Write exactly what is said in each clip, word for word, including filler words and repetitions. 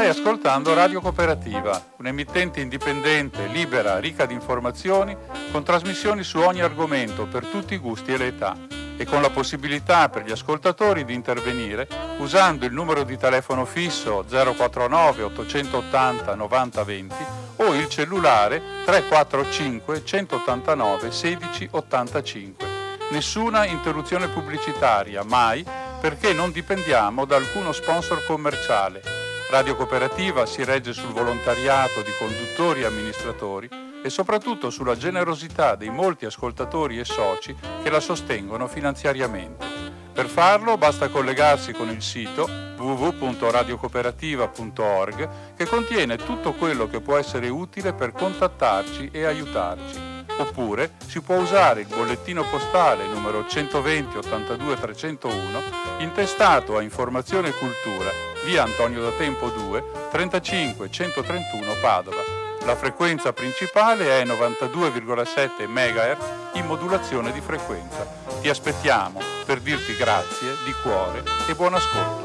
ascoltando Radio Cooperativa, un'emittente indipendente, libera, ricca di informazioni, con trasmissioni su ogni argomento per tutti i gusti e le età, e con la possibilità per gli ascoltatori di intervenire usando il numero di telefono fisso zero quattro nove ottocentoottanta novanta venti o il cellulare tre quattro cinque centottantanove sedici ottantacinque. Nessuna interruzione pubblicitaria, mai, perché non dipendiamo da alcuno sponsor commerciale. Radio Cooperativa si regge sul volontariato di conduttori e amministratori e soprattutto sulla generosità dei molti ascoltatori e soci che la sostengono finanziariamente. Per farlo basta collegarsi con il sito w w w punto radiocooperativa punto org, che contiene tutto quello che può essere utile per contattarci e aiutarci. Oppure si può usare il bollettino postale numero centoventi ottantadue trecentouno, intestato a Informazione e Cultura, via Antonio da Tempo due, trentacinque centotrentuno Padova. La frequenza principale è novantadue virgola sette megahertz in modulazione di frequenza. Ti aspettiamo per dirti grazie di cuore e buon ascolto.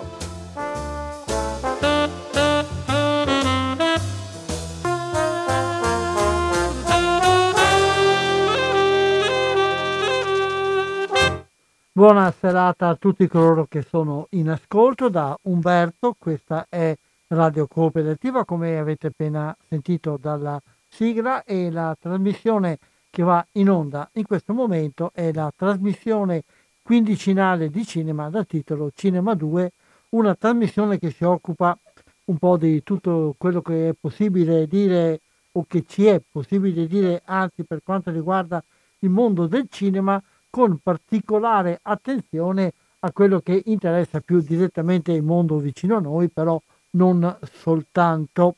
Buona serata a tutti coloro che sono in ascolto da Umberto. Questa è Radio Cooperativa, come avete appena sentito dalla sigla, e la trasmissione che va in onda in questo momento è la trasmissione quindicinale di cinema dal titolo Cinema due, una trasmissione che si occupa un po' di tutto quello che è possibile dire o che ci è possibile dire, anzi per quanto riguarda il mondo del cinema, con particolare attenzione a quello che interessa più direttamente il mondo vicino a noi, però non soltanto.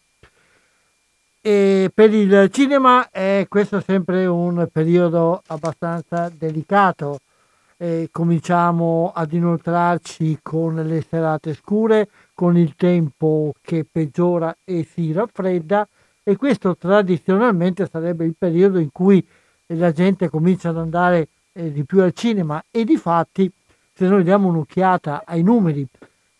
E per il cinema è questo sempre un periodo abbastanza delicato. E cominciamo ad inoltrarci con le serate scure, con il tempo che peggiora e si raffredda, e questo tradizionalmente sarebbe il periodo in cui la gente comincia ad andare di più al cinema, e difatti se noi diamo un'occhiata ai numeri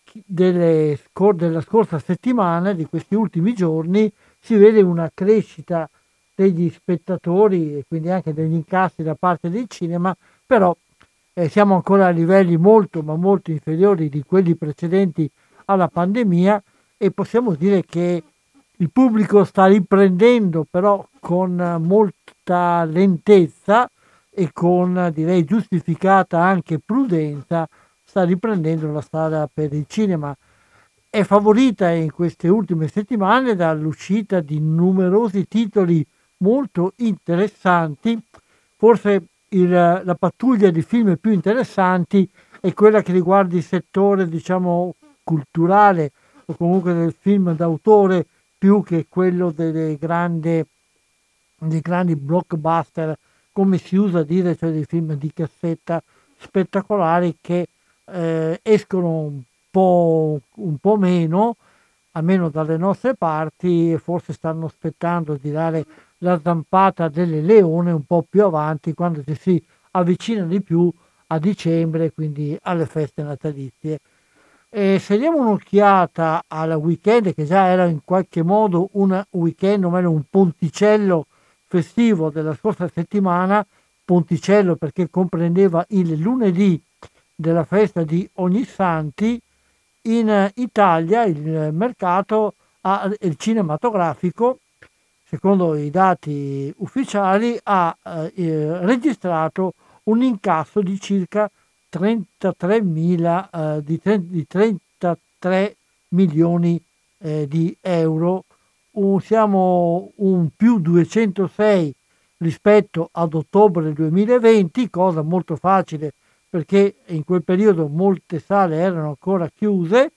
delle, della scorsa settimana, di questi ultimi giorni, si vede una crescita degli spettatori e quindi anche degli incassi da parte del cinema, però eh, siamo ancora a livelli molto ma molto inferiori di quelli precedenti alla pandemia, e possiamo dire che il pubblico sta riprendendo, però con molta lentezza e con, direi, giustificata anche prudenza, sta riprendendo la strada per il cinema. È favorita in queste ultime settimane dall'uscita di numerosi titoli molto interessanti. Forse il, la pattuglia di film più interessanti è quella che riguarda il settore, diciamo, culturale, o comunque del film d'autore, più che quello delle grandi, dei grandi blockbuster, come si usa a dire, cioè dei film di cassetta spettacolari che eh, escono un po', un po' meno, almeno dalle nostre parti, e forse stanno aspettando di dare la zampata delle leone un po' più avanti, quando ci si avvicina di più a dicembre, quindi alle feste natalizie. E se diamo un'occhiata al weekend, che già era in qualche modo un weekend, o meglio un ponticello festivo della scorsa settimana, ponticello perché comprendeva il lunedì della festa di Ognissanti, in Italia il mercato ha, il cinematografico, secondo i dati ufficiali, ha eh, registrato un incasso di circa trentatremila eh, di, di trentatré milioni eh, di euro. Un, siamo un più duecentosei rispetto ad ottobre duemilaventi, cosa molto facile perché in quel periodo molte sale erano ancora chiuse,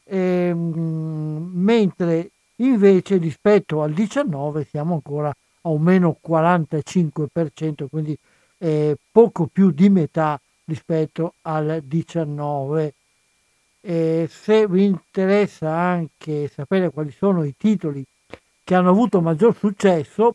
ehm, mentre invece rispetto al diciannove siamo ancora a un meno quarantacinque per cento, quindi eh, poco più di metà rispetto al diciannove. E se vi interessa anche sapere quali sono i titoli che hanno avuto maggior successo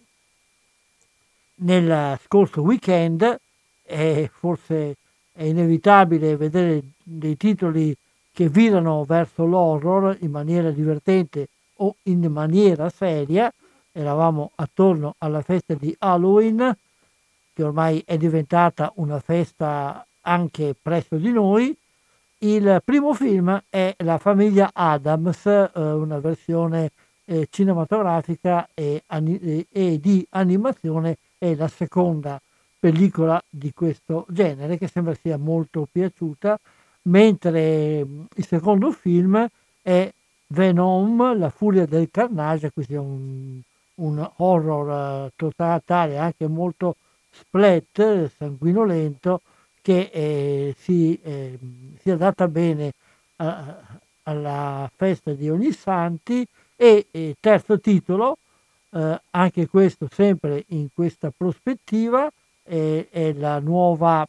nel scorso weekend, e forse è inevitabile vedere dei titoli che virano verso l'horror in maniera divertente o in maniera seria. Eravamo attorno alla festa di Halloween, che ormai è diventata una festa anche presso di noi. Il primo film è La famiglia Addams, eh, una versione eh, cinematografica e, ani- e di animazione, è la seconda pellicola di questo genere che sembra sia molto piaciuta, mentre mh, il secondo film è Venom, la furia del carnage. Questo è un, un horror eh, totale, anche molto splat, sanguinolento, che eh, si, eh, si adatta bene a- alla festa di Ognissanti. E eh, terzo titolo, eh, anche questo sempre in questa prospettiva, eh, è la nuova,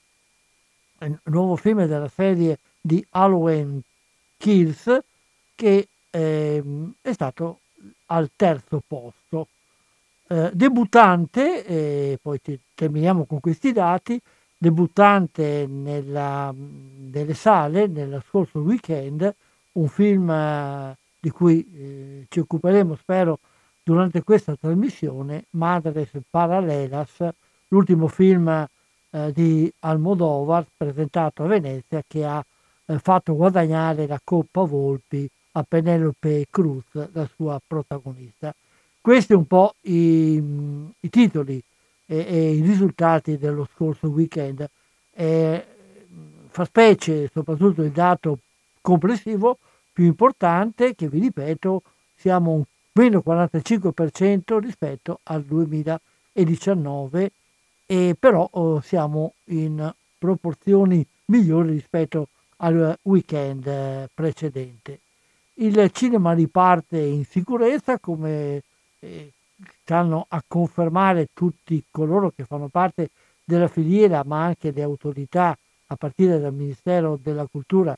il nuovo film della serie di Halloween Kills, che ehm, è stato al terzo posto. Eh, debuttante, eh, poi te- terminiamo con questi dati, debuttante nella, nelle sale nello scorso weekend, un film eh, di cui eh, ci occuperemo, spero, durante questa trasmissione, Madres Paralelas, l'ultimo film eh, di Almodovar presentato a Venezia, che ha eh, fatto guadagnare la Coppa Volpi a Penelope Cruz, la sua protagonista. Questi un po' i, i titoli e, e i risultati dello scorso weekend. Eh, fa specie soprattutto il dato complessivo più importante, che vi ripeto siamo un meno quarantacinque per cento rispetto al duemiladiciannove, e però oh, siamo in proporzioni migliori rispetto al weekend eh, precedente. Il cinema riparte in sicurezza, come eh, stanno a confermare tutti coloro che fanno parte della filiera, ma anche le autorità a partire dal Ministero della Cultura.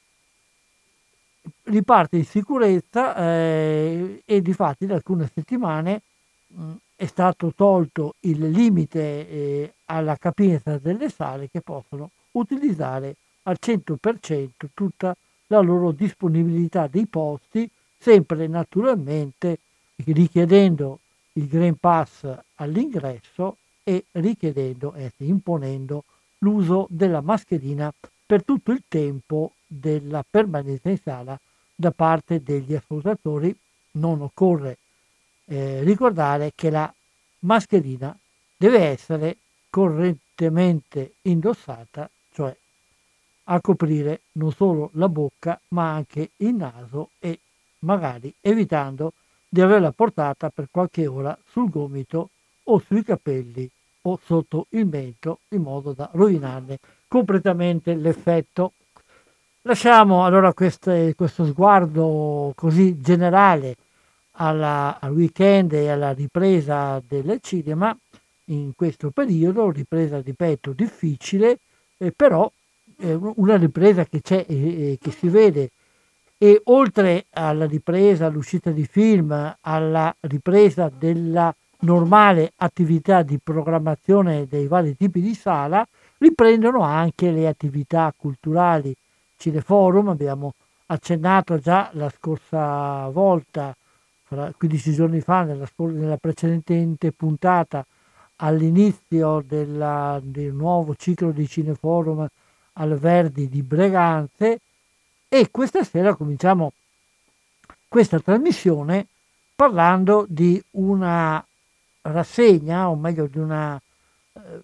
Riparte in sicurezza eh, e difatti da alcune settimane mh, è stato tolto il limite eh, alla capienza delle sale, che possono utilizzare al cento per cento tutta la loro disponibilità dei posti, sempre naturalmente richiedendo il Green Pass all'ingresso e richiedendo e imponendo l'uso della mascherina per tutto il tempo della permanenza in sala da parte degli ascoltatori. Non occorre eh, ricordare che la mascherina deve essere correntemente indossata, cioè a coprire non solo la bocca ma anche il naso, e magari evitando di averla portata per qualche ora sul gomito o sui capelli o sotto il mento, in modo da rovinarne completamente l'effetto. Lasciamo allora queste, questo sguardo così generale alla, al weekend e alla ripresa del cinema in questo periodo, ripresa, ripeto, difficile, eh, però eh, una ripresa che c'è e eh, che si vede. E oltre alla ripresa, all'uscita di film, alla ripresa della normale attività di programmazione dei vari tipi di sala, riprendono anche le attività culturali. Cineforum, abbiamo accennato già la scorsa volta, quindici giorni fa, nella, nella precedente puntata, all'inizio della, del nuovo ciclo di Cineforum al Verdi di Breganze, e questa sera cominciamo questa trasmissione parlando di una rassegna, o meglio di una, eh,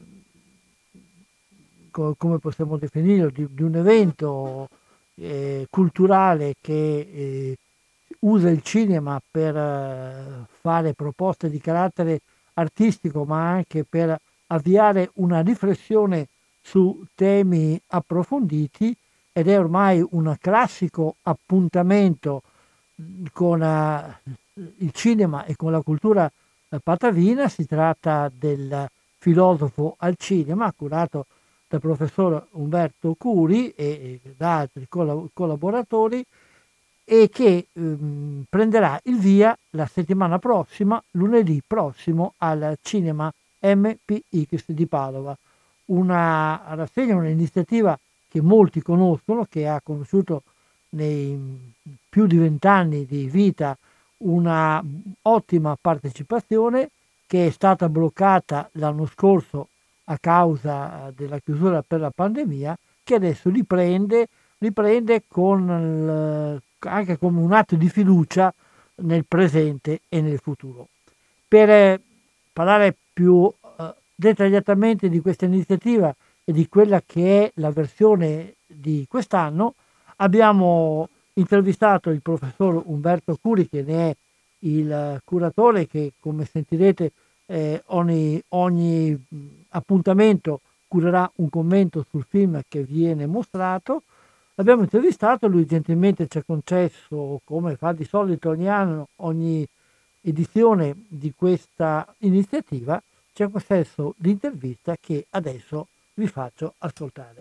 co- come possiamo definirlo, di, di un evento eh, culturale che eh, usa il cinema per eh, fare proposte di carattere artistico, ma anche per avviare una riflessione su temi approfonditi, ed è ormai un classico appuntamento con uh, il cinema e con la cultura uh, patavina. Si tratta del filosofo al cinema, curato dal professor Umberto Curi e, e da altri coll- collaboratori, e che um, prenderà il via la settimana prossima, lunedì prossimo, al Cinema M P X di Padova. Una rassegna, un'iniziativa che molti conoscono, che ha conosciuto nei più di vent'anni di vita una ottima partecipazione che è stata bloccata l'anno scorso a causa della chiusura per la pandemia, che adesso riprende, riprende con il- anche come un atto di fiducia nel presente e nel futuro. Per eh, parlare più eh, dettagliatamente di questa iniziativa e di quella che è la versione di quest'anno, abbiamo intervistato il professor Umberto Curi, che ne è il eh, curatore, che come sentirete eh, ogni, ogni mh, appuntamento curerà un commento sul film che viene mostrato. L'abbiamo intervistato, lui gentilmente ci ha concesso, come fa di solito ogni anno, ogni edizione di questa iniziativa, ci ha concesso l'intervista che adesso vi faccio ascoltare.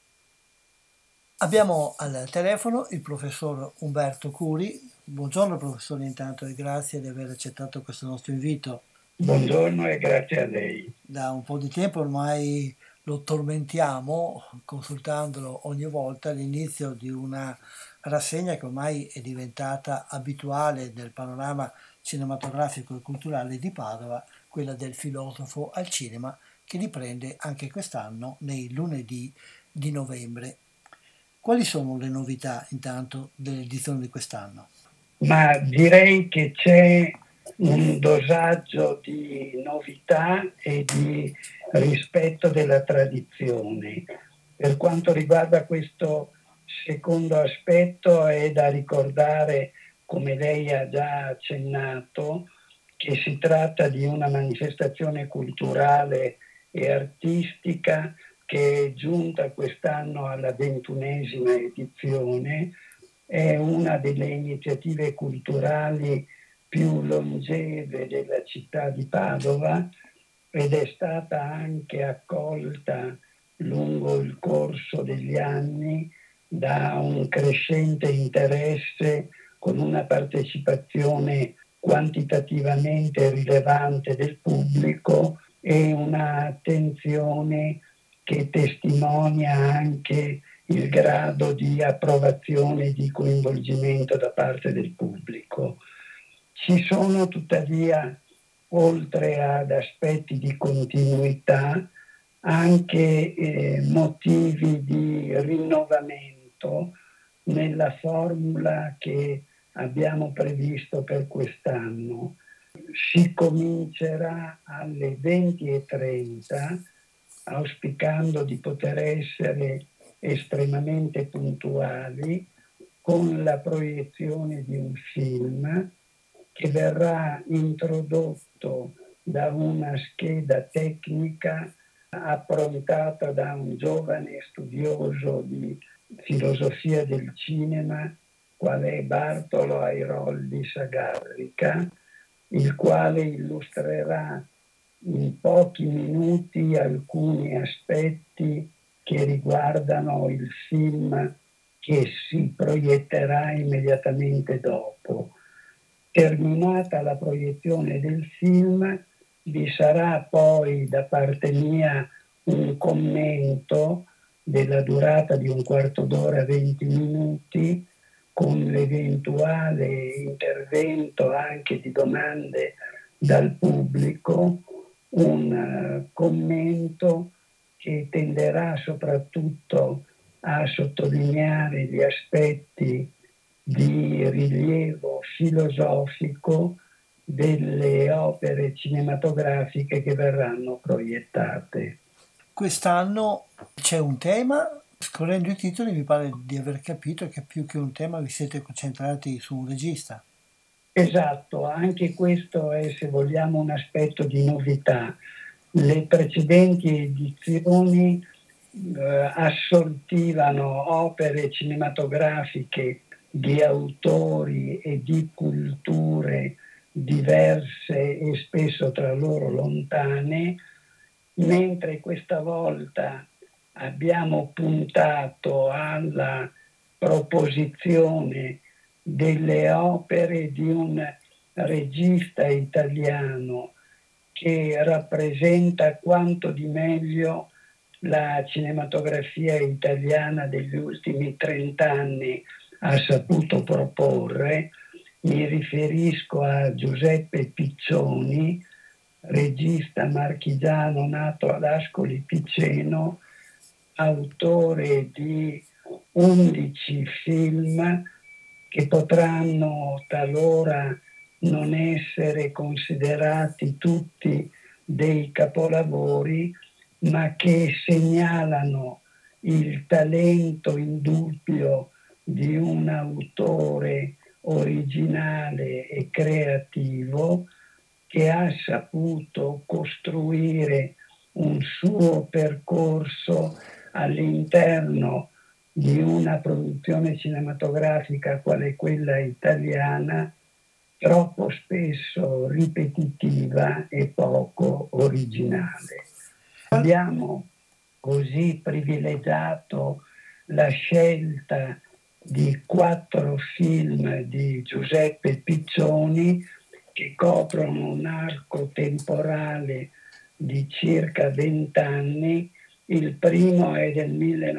Abbiamo al telefono il professor Umberto Curi. Buongiorno professore, intanto, e grazie di aver accettato questo nostro invito. Buongiorno e grazie a lei. Da un po' di tempo ormai lo tormentiamo consultandolo ogni volta all'inizio di una rassegna che ormai è diventata abituale nel panorama cinematografico e culturale di Padova, quella del filosofo al cinema, che riprende anche quest'anno nei lunedì di novembre. Quali sono le novità intanto dell'edizione di quest'anno? Ma direi che c'è un dosaggio di novità e di rispetto della tradizione. Per quanto riguarda questo secondo aspetto, è da ricordare, come lei ha già accennato, che si tratta di una manifestazione culturale e artistica che è giunta quest'anno alla ventunesima edizione. È una delle iniziative culturali più longeve della città di Padova ed è stata anche accolta lungo il corso degli anni da un crescente interesse, con una partecipazione quantitativamente rilevante del pubblico e un'attenzione che testimonia anche il grado di approvazione e di coinvolgimento da parte del pubblico. Ci sono tuttavia, oltre ad aspetti di continuità, anche eh, motivi di rinnovamento nella formula che abbiamo previsto per quest'anno. Si comincerà alle venti e trenta, auspicando di poter essere estremamente puntuali, con la proiezione di un film che verrà introdotto da una scheda tecnica approntata da un giovane studioso di filosofia del cinema, qual è Bartolo Airoldi Sagarrica, il quale illustrerà in pochi minuti alcuni aspetti che riguardano il film che si proietterà immediatamente dopo. Terminata la proiezione del film, vi sarà poi da parte mia un commento della durata di un quarto d'ora, venti minuti, con l'eventuale intervento anche di domande dal pubblico, un uh, commento che tenderà soprattutto a sottolineare gli aspetti di rilievo filosofico delle opere cinematografiche che verranno proiettate. Quest'anno c'è un tema, scorrendo i titoli mi pare di aver capito che più che un tema vi siete concentrati su un regista. Esatto, anche questo è, se vogliamo, un aspetto di novità. Le precedenti edizioni eh, assortivano opere cinematografiche di autori e di culture diverse e spesso tra loro lontane, mentre questa volta abbiamo puntato alla proposizione delle opere di un regista italiano che rappresenta quanto di meglio la cinematografia italiana degli ultimi trent'anni ha saputo proporre, Mi riferisco a Giuseppe Piccioni, regista marchigiano nato ad Ascoli Piceno, autore di undici film che potranno talora non essere considerati tutti dei capolavori, ma che segnalano il talento indubbio di un autore originale e creativo che ha saputo costruire un suo percorso all'interno di una produzione cinematografica quale quella italiana, troppo spesso ripetitiva e poco originale. Abbiamo così privilegiato la scelta di quattro film di Giuseppe Piccioni che coprono un arco temporale di circa vent'anni. Il primo è del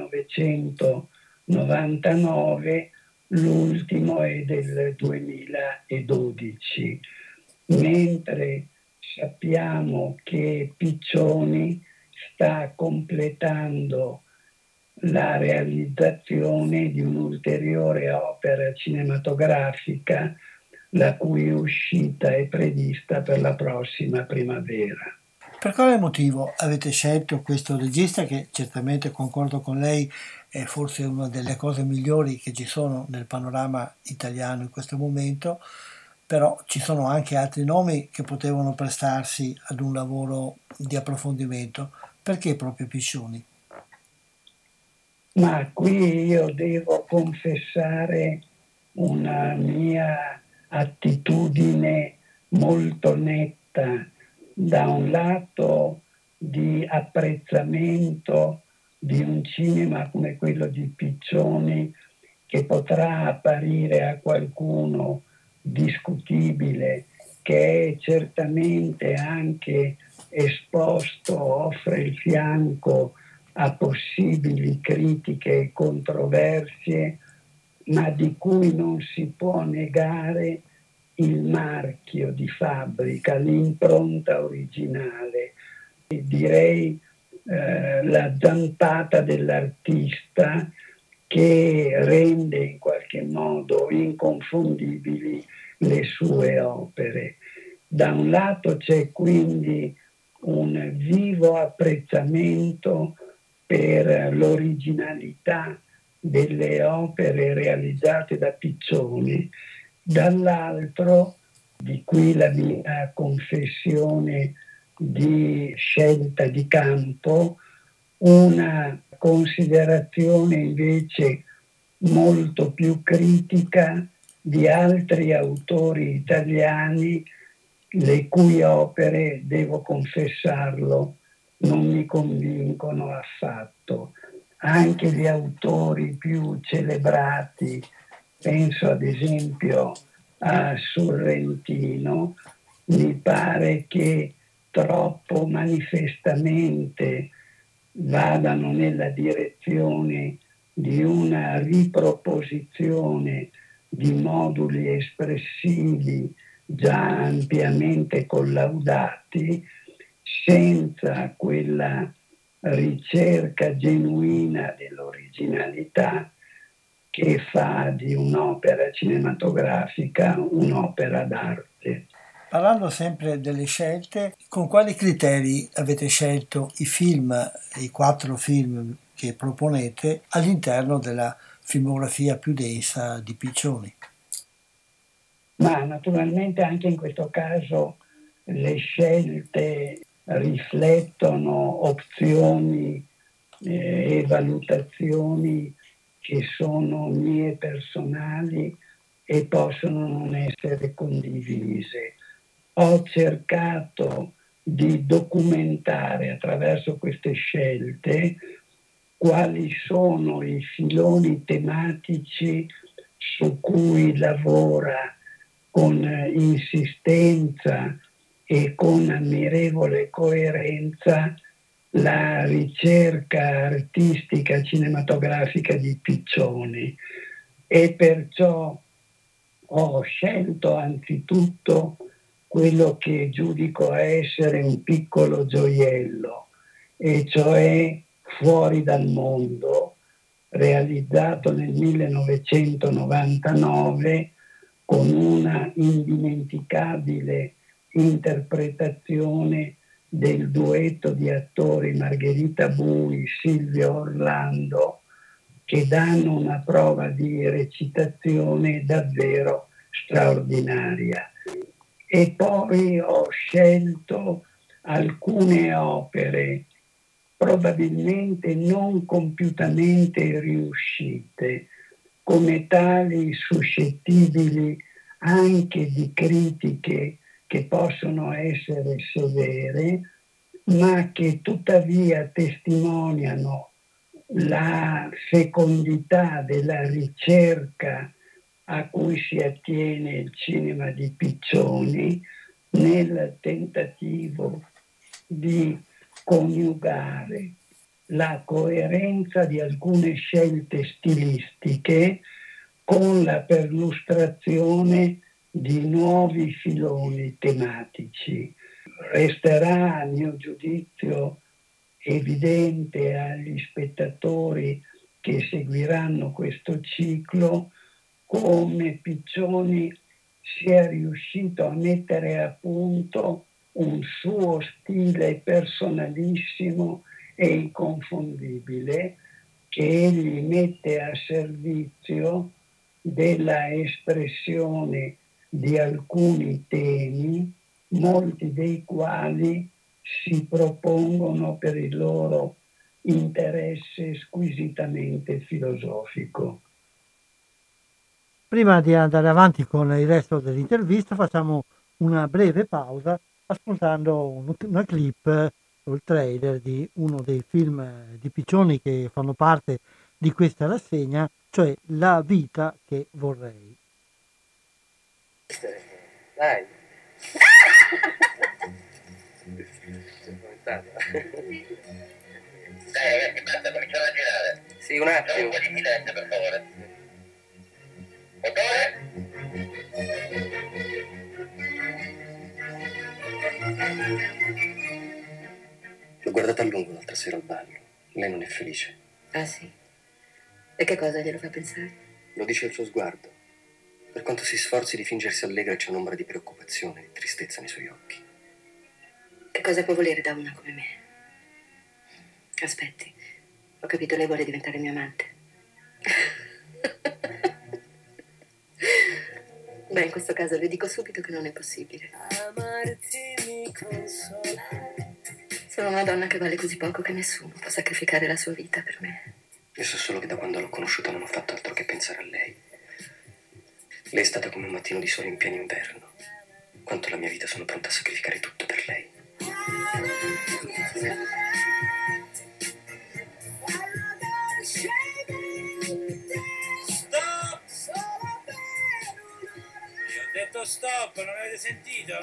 millenovecentonovantanove, l'ultimo è del duemiladodici, mentre sappiamo che Piccioni sta completando la realizzazione di un'ulteriore opera cinematografica la cui uscita è prevista per la prossima primavera. Per quale motivo avete scelto questo regista che certamente, concordo con lei, è forse una delle cose migliori che ci sono nel panorama italiano in questo momento, però ci sono anche altri nomi che potevano prestarsi ad un lavoro di approfondimento. Perché proprio Piccioni? Ma qui io devo confessare una mia attitudine molto netta, da un lato di apprezzamento di un cinema come quello di Piccioni, che potrà apparire a qualcuno discutibile, che è certamente anche esposto, offre il fianco a possibili critiche e controversie, ma di cui non si può negare il marchio di fabbrica, l'impronta originale, e direi eh, la zampata dell'artista che rende in qualche modo inconfondibili le sue opere. Da un lato c'è quindi un vivo apprezzamento per l'originalità delle opere realizzate da Piccioni, dall'altro, di qui la mia confessione di scelta di campo, una considerazione invece molto più critica di altri autori italiani le cui opere, devo confessarlo, non mi convincono affatto. Anche gli autori più celebrati, penso ad esempio a Sorrentino, mi pare che troppo manifestamente vadano nella direzione di una riproposizione di moduli espressivi già ampiamente collaudati, senza quella ricerca genuina dell'originalità che fa di un'opera cinematografica un'opera d'arte. Parlando sempre delle scelte, con quali criteri avete scelto i film, i quattro film che proponete all'interno della filmografia più densa di Piccioni? Ma naturalmente anche in questo caso le scelte riflettono opzioni eh, e valutazioni che sono mie personali e possono non essere condivise. Ho cercato di documentare attraverso queste scelte quali sono i filoni tematici su cui lavora con insistenza e con ammirevole coerenza la ricerca artistica cinematografica di Piccioni, e perciò ho scelto anzitutto quello che giudico essere un piccolo gioiello, e cioè Fuori dal mondo, realizzato nel millenovecentonovantanove con una indimenticabile interpretazione del duetto di attori Margherita Bui, Silvio Orlando, che danno una prova di recitazione davvero straordinaria. E poi ho scelto alcune opere probabilmente non compiutamente riuscite, come tali suscettibili anche di critiche che possono essere severe, ma che tuttavia testimoniano la fecondità della ricerca a cui si attiene il cinema di Piccioni nel tentativo di coniugare la coerenza di alcune scelte stilistiche con la perlustrazione di nuovi filoni tematici. Resterà, a mio giudizio, evidente agli spettatori che seguiranno questo ciclo come Piccioni sia riuscito a mettere a punto un suo stile personalissimo e inconfondibile che egli mette a servizio della espressione di alcuni temi, molti dei quali si propongono per il loro interesse squisitamente filosofico. Prima di andare avanti con il resto dell'intervista facciamo una breve pausa ascoltando un- una clip o il trailer di uno dei film di Piccioni che fanno parte di questa rassegna, cioè La vita che vorrei. Dai. Dai ragazzi, basta, cominciamo a girare. Sì, un Facciamo attimo. un po' di silenzio, per favore. Motore? L'ho guardata a lungo l'altra sera al ballo. Lei non è felice. Ah sì? E che cosa glielo fa pensare? Lo dice il suo sguardo. Per quanto si sforzi di fingersi allegra, c'è un'ombra di preoccupazione e tristezza nei suoi occhi. Che cosa può volere da una come me? Aspetti, ho capito, lei vuole diventare mia amante. Beh, in questo caso le dico subito che non è possibile. Sono una donna che vale così poco che nessuno può sacrificare la sua vita per me. Io so solo che da quando l'ho conosciuta non ho fatto altro che pensare a lei. Lei è stata come un mattino di sole in pieno inverno. Quanto la mia vita sono pronta a sacrificare tutto per lei. Stop, non avete sentito?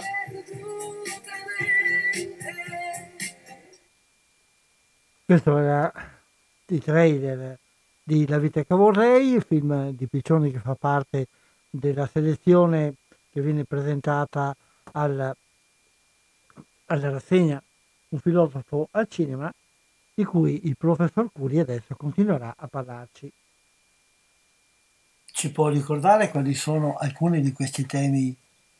Questo era il trailer di La vita che vorrei, il film di Piccioni che fa parte della selezione che viene presentata al, alla rassegna Un filosofo al cinema, di cui il professor Curi adesso continuerà a parlarci. Ci può ricordare quali sono alcuni di questi temi?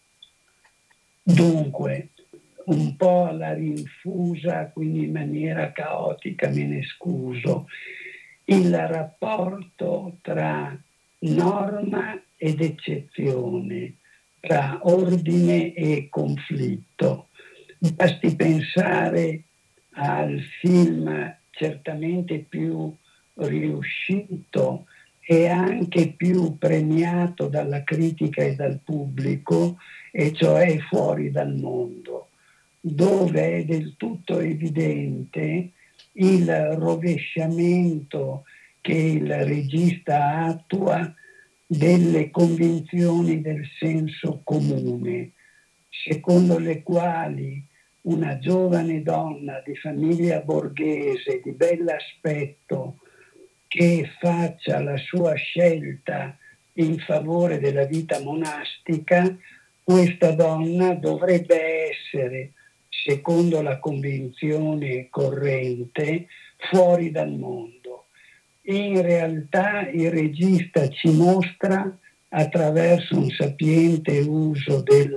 Dunque, un po' alla rinfusa, quindi in maniera caotica, me ne scuso, il rapporto tra norma ed eccezione, tra ordine e conflitto. Basti pensare al film certamente più riuscito e anche più premiato dalla critica e dal pubblico, e cioè Fuori dal mondo, dove è del tutto evidente il rovesciamento che il regista attua delle convinzioni del senso comune, secondo le quali una giovane donna di famiglia borghese di bell'aspetto che faccia la sua scelta in favore della vita monastica, questa donna dovrebbe essere, secondo la convinzione corrente, fuori dal mondo. In realtà il regista ci mostra, attraverso un sapiente uso del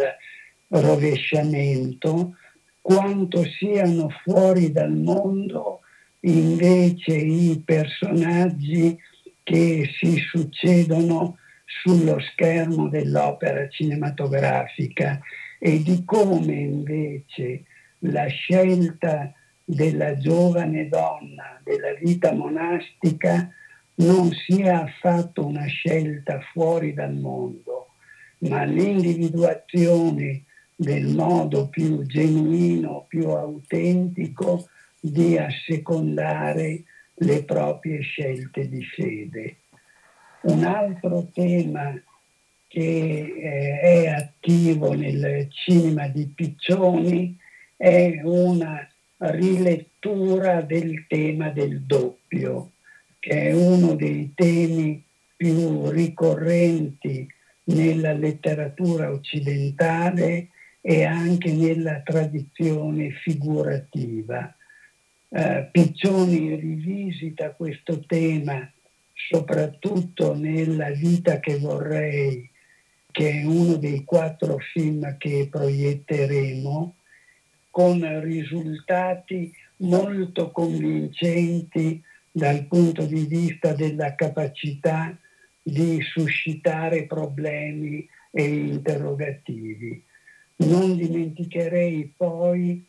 rovesciamento, quanto siano fuori dal mondo invece i personaggi che si succedono sullo schermo dell'opera cinematografica e di come invece la scelta della giovane donna della vita monastica non sia affatto una scelta fuori dal mondo, ma l'individuazione del modo più genuino, più autentico di assecondare le proprie scelte di fede. Un altro tema che eh, è attivo nel cinema di Piccioni è una rilettura del tema del doppio, che è uno dei temi più ricorrenti nella letteratura occidentale e anche nella tradizione figurativa. Eh, Piccioni rivisita questo tema soprattutto nella Vita che vorrei, che è uno dei quattro film che proietteremo, con risultati molto convincenti dal punto di vista della capacità di suscitare problemi e interrogativi. Non dimenticherei poi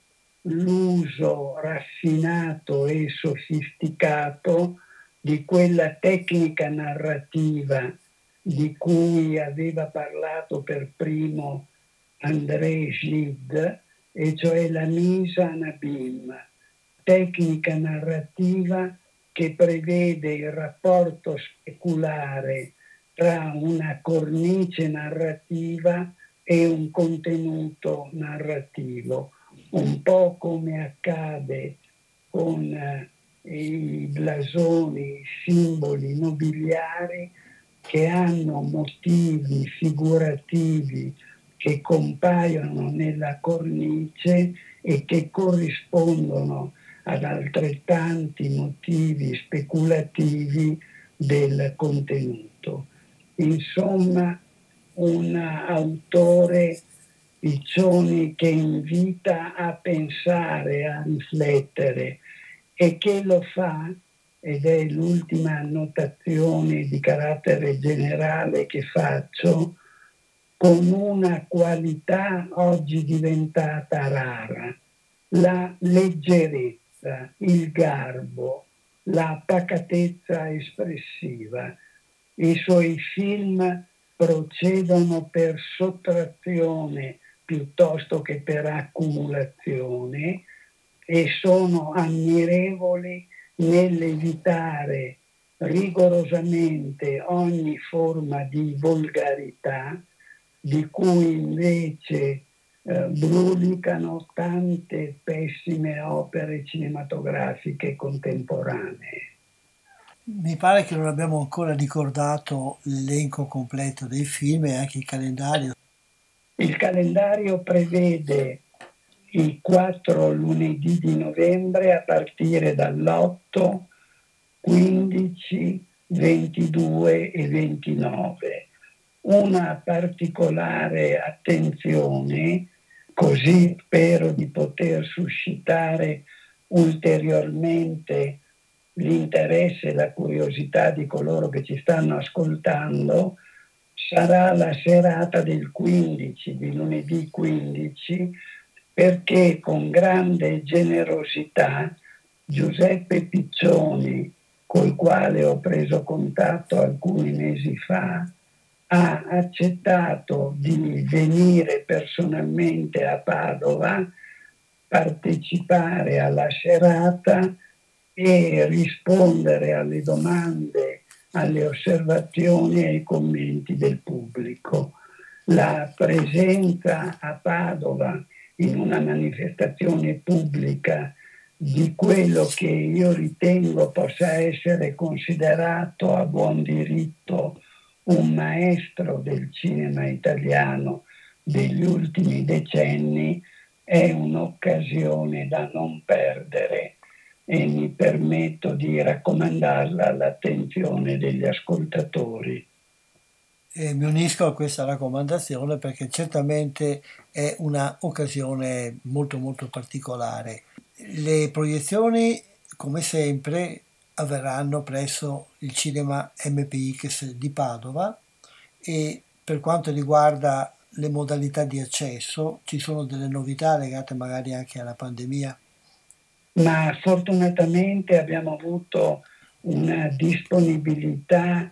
l'uso raffinato e sofisticato di quella tecnica narrativa di cui aveva parlato per primo André Gide, e cioè la mise en abîme, tecnica narrativa che prevede il rapporto speculare tra una cornice narrativa e un contenuto narrativo, un po' come accade con eh, i blasoni, i simboli nobiliari che hanno motivi figurativi che compaiono nella cornice e che corrispondono ad altrettanti motivi speculativi del contenuto. Insomma, un autore, Piccioni, che invita a pensare, a riflettere e che lo fa, ed è l'ultima annotazione di carattere generale che faccio, con una qualità oggi diventata rara, la leggerezza, il garbo, la pacatezza espressiva. I suoi film procedono per sottrazione piuttosto che per accumulazione e sono ammirevoli nell'evitare rigorosamente ogni forma di volgarità, di cui invece eh, brulicano tante pessime opere cinematografiche contemporanee. Mi pare che non abbiamo ancora ricordato l'elenco completo dei film e anche il calendario. Il calendario prevede i quattro lunedì di novembre a partire dall'otto, quindici, ventidue e ventinove. Una particolare attenzione, così spero di poter suscitare ulteriormente l'interesse e la curiosità di coloro che ci stanno ascoltando, sarà la serata del quindici, di lunedì quindici, perché con grande generosità Giuseppe Piccioni, col quale ho preso contatto alcuni mesi fa, ha accettato di venire personalmente a Padova, partecipare alla serata e rispondere alle domande, alle osservazioni e ai commenti del pubblico. La presenza a Padova in una manifestazione pubblica di quello che io ritengo possa essere considerato a buon diritto un maestro del cinema italiano degli ultimi decenni, è un'occasione da non perdere e mi permetto di raccomandarla all'attenzione degli ascoltatori. E mi unisco a questa raccomandazione perché certamente è una occasione molto molto particolare. Le proiezioni, come sempre, avverranno presso il cinema M P X di Padova e per quanto riguarda le modalità di accesso ci sono delle novità legate magari anche alla pandemia. Ma fortunatamente abbiamo avuto una disponibilità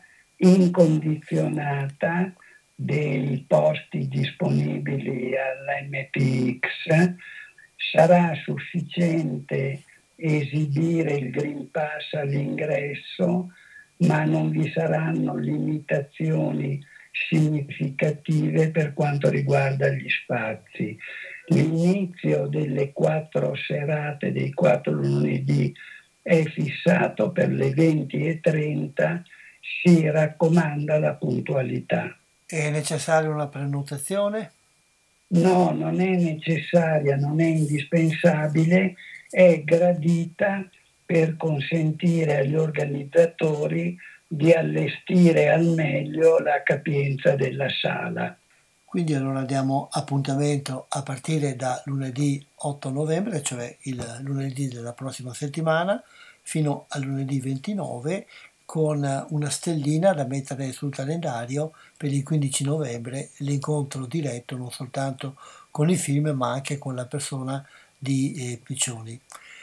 incondizionata dei posti disponibili all'M P X. Sarà sufficiente esibire il Green Pass all'ingresso, ma non vi saranno limitazioni significative per quanto riguarda gli spazi. L'inizio delle quattro serate dei quattro lunedì è fissato per le venti e trenta, si raccomanda la puntualità. È necessaria una prenotazione? No, non è necessaria, non è indispensabile, è gradita per consentire agli organizzatori di allestire al meglio la capienza della sala. Quindi allora diamo appuntamento a partire da lunedì otto novembre, cioè il lunedì della prossima settimana, fino al lunedì ventinove, con una stellina da mettere sul calendario per il quindici novembre, l'incontro diretto non soltanto con il film ma anche con la persona di eh, Piccioni.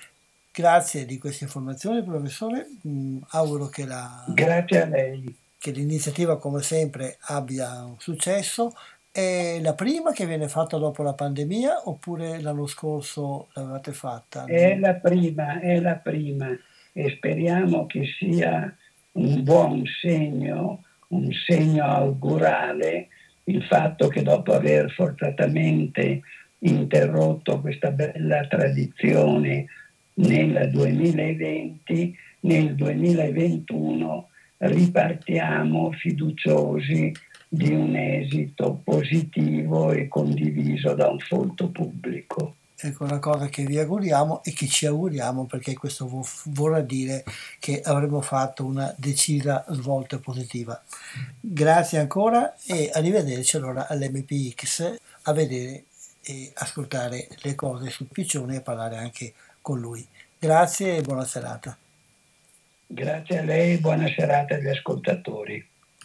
Grazie di queste informazioni, professore. Mm, auguro che, la, Grazie a lei. che l'iniziativa, come sempre, abbia un successo. È la prima che viene fatta dopo la pandemia oppure l'anno scorso l'avevate fatta? È la prima, è la prima e speriamo che sia un buon segno, un segno augurale, il fatto che dopo aver forzatamente interrotto questa bella tradizione nel duemilaventi, nel duemilaventuno ripartiamo fiduciosi di un esito positivo e condiviso da un folto pubblico. Ecco una cosa che vi auguriamo e che ci auguriamo, perché questo vo- vorrà dire che avremo fatto una decisa svolta positiva. Grazie ancora e arrivederci allora all'M P X a vedere e ascoltare le cose su Piccioni e parlare anche con lui. Grazie e buona serata. Grazie a lei, buona serata agli ascoltatori.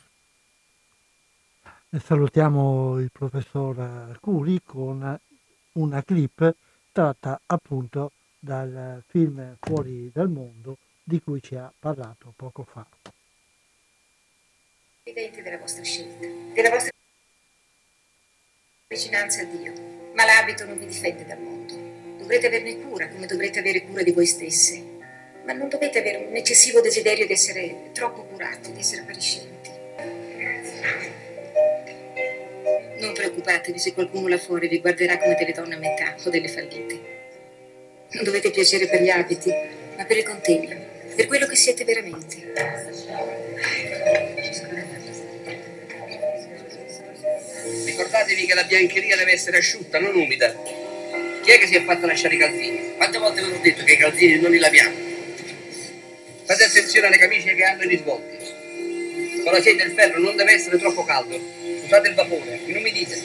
Salutiamo il professor Curi con una clip tratta appunto dal film Fuori dal mondo di cui ci ha parlato poco fa. Evidente della vostra scelta, della vostra vicinanza a Dio, ma l'abito non vi difende dal mondo. Dovrete averne cura, come dovrete avere cura di voi stesse, ma non dovete avere un eccessivo desiderio di essere troppo curati, di essere appariscenti. Non preoccupatevi se qualcuno là fuori vi guarderà come delle donne a metà o delle fallite. Non dovete piacere per gli abiti, ma per il contegno, per quello che siete veramente. Ricordatevi che la biancheria deve essere asciutta, non umida. Chi è che si è fatto lasciare i calzini? Quante volte vi ho detto che i calzini non li laviamo? Fate attenzione alle camicie che hanno i risvolti. Con la sete e il ferro non deve essere troppo caldo. Usate il vapore, inumidite.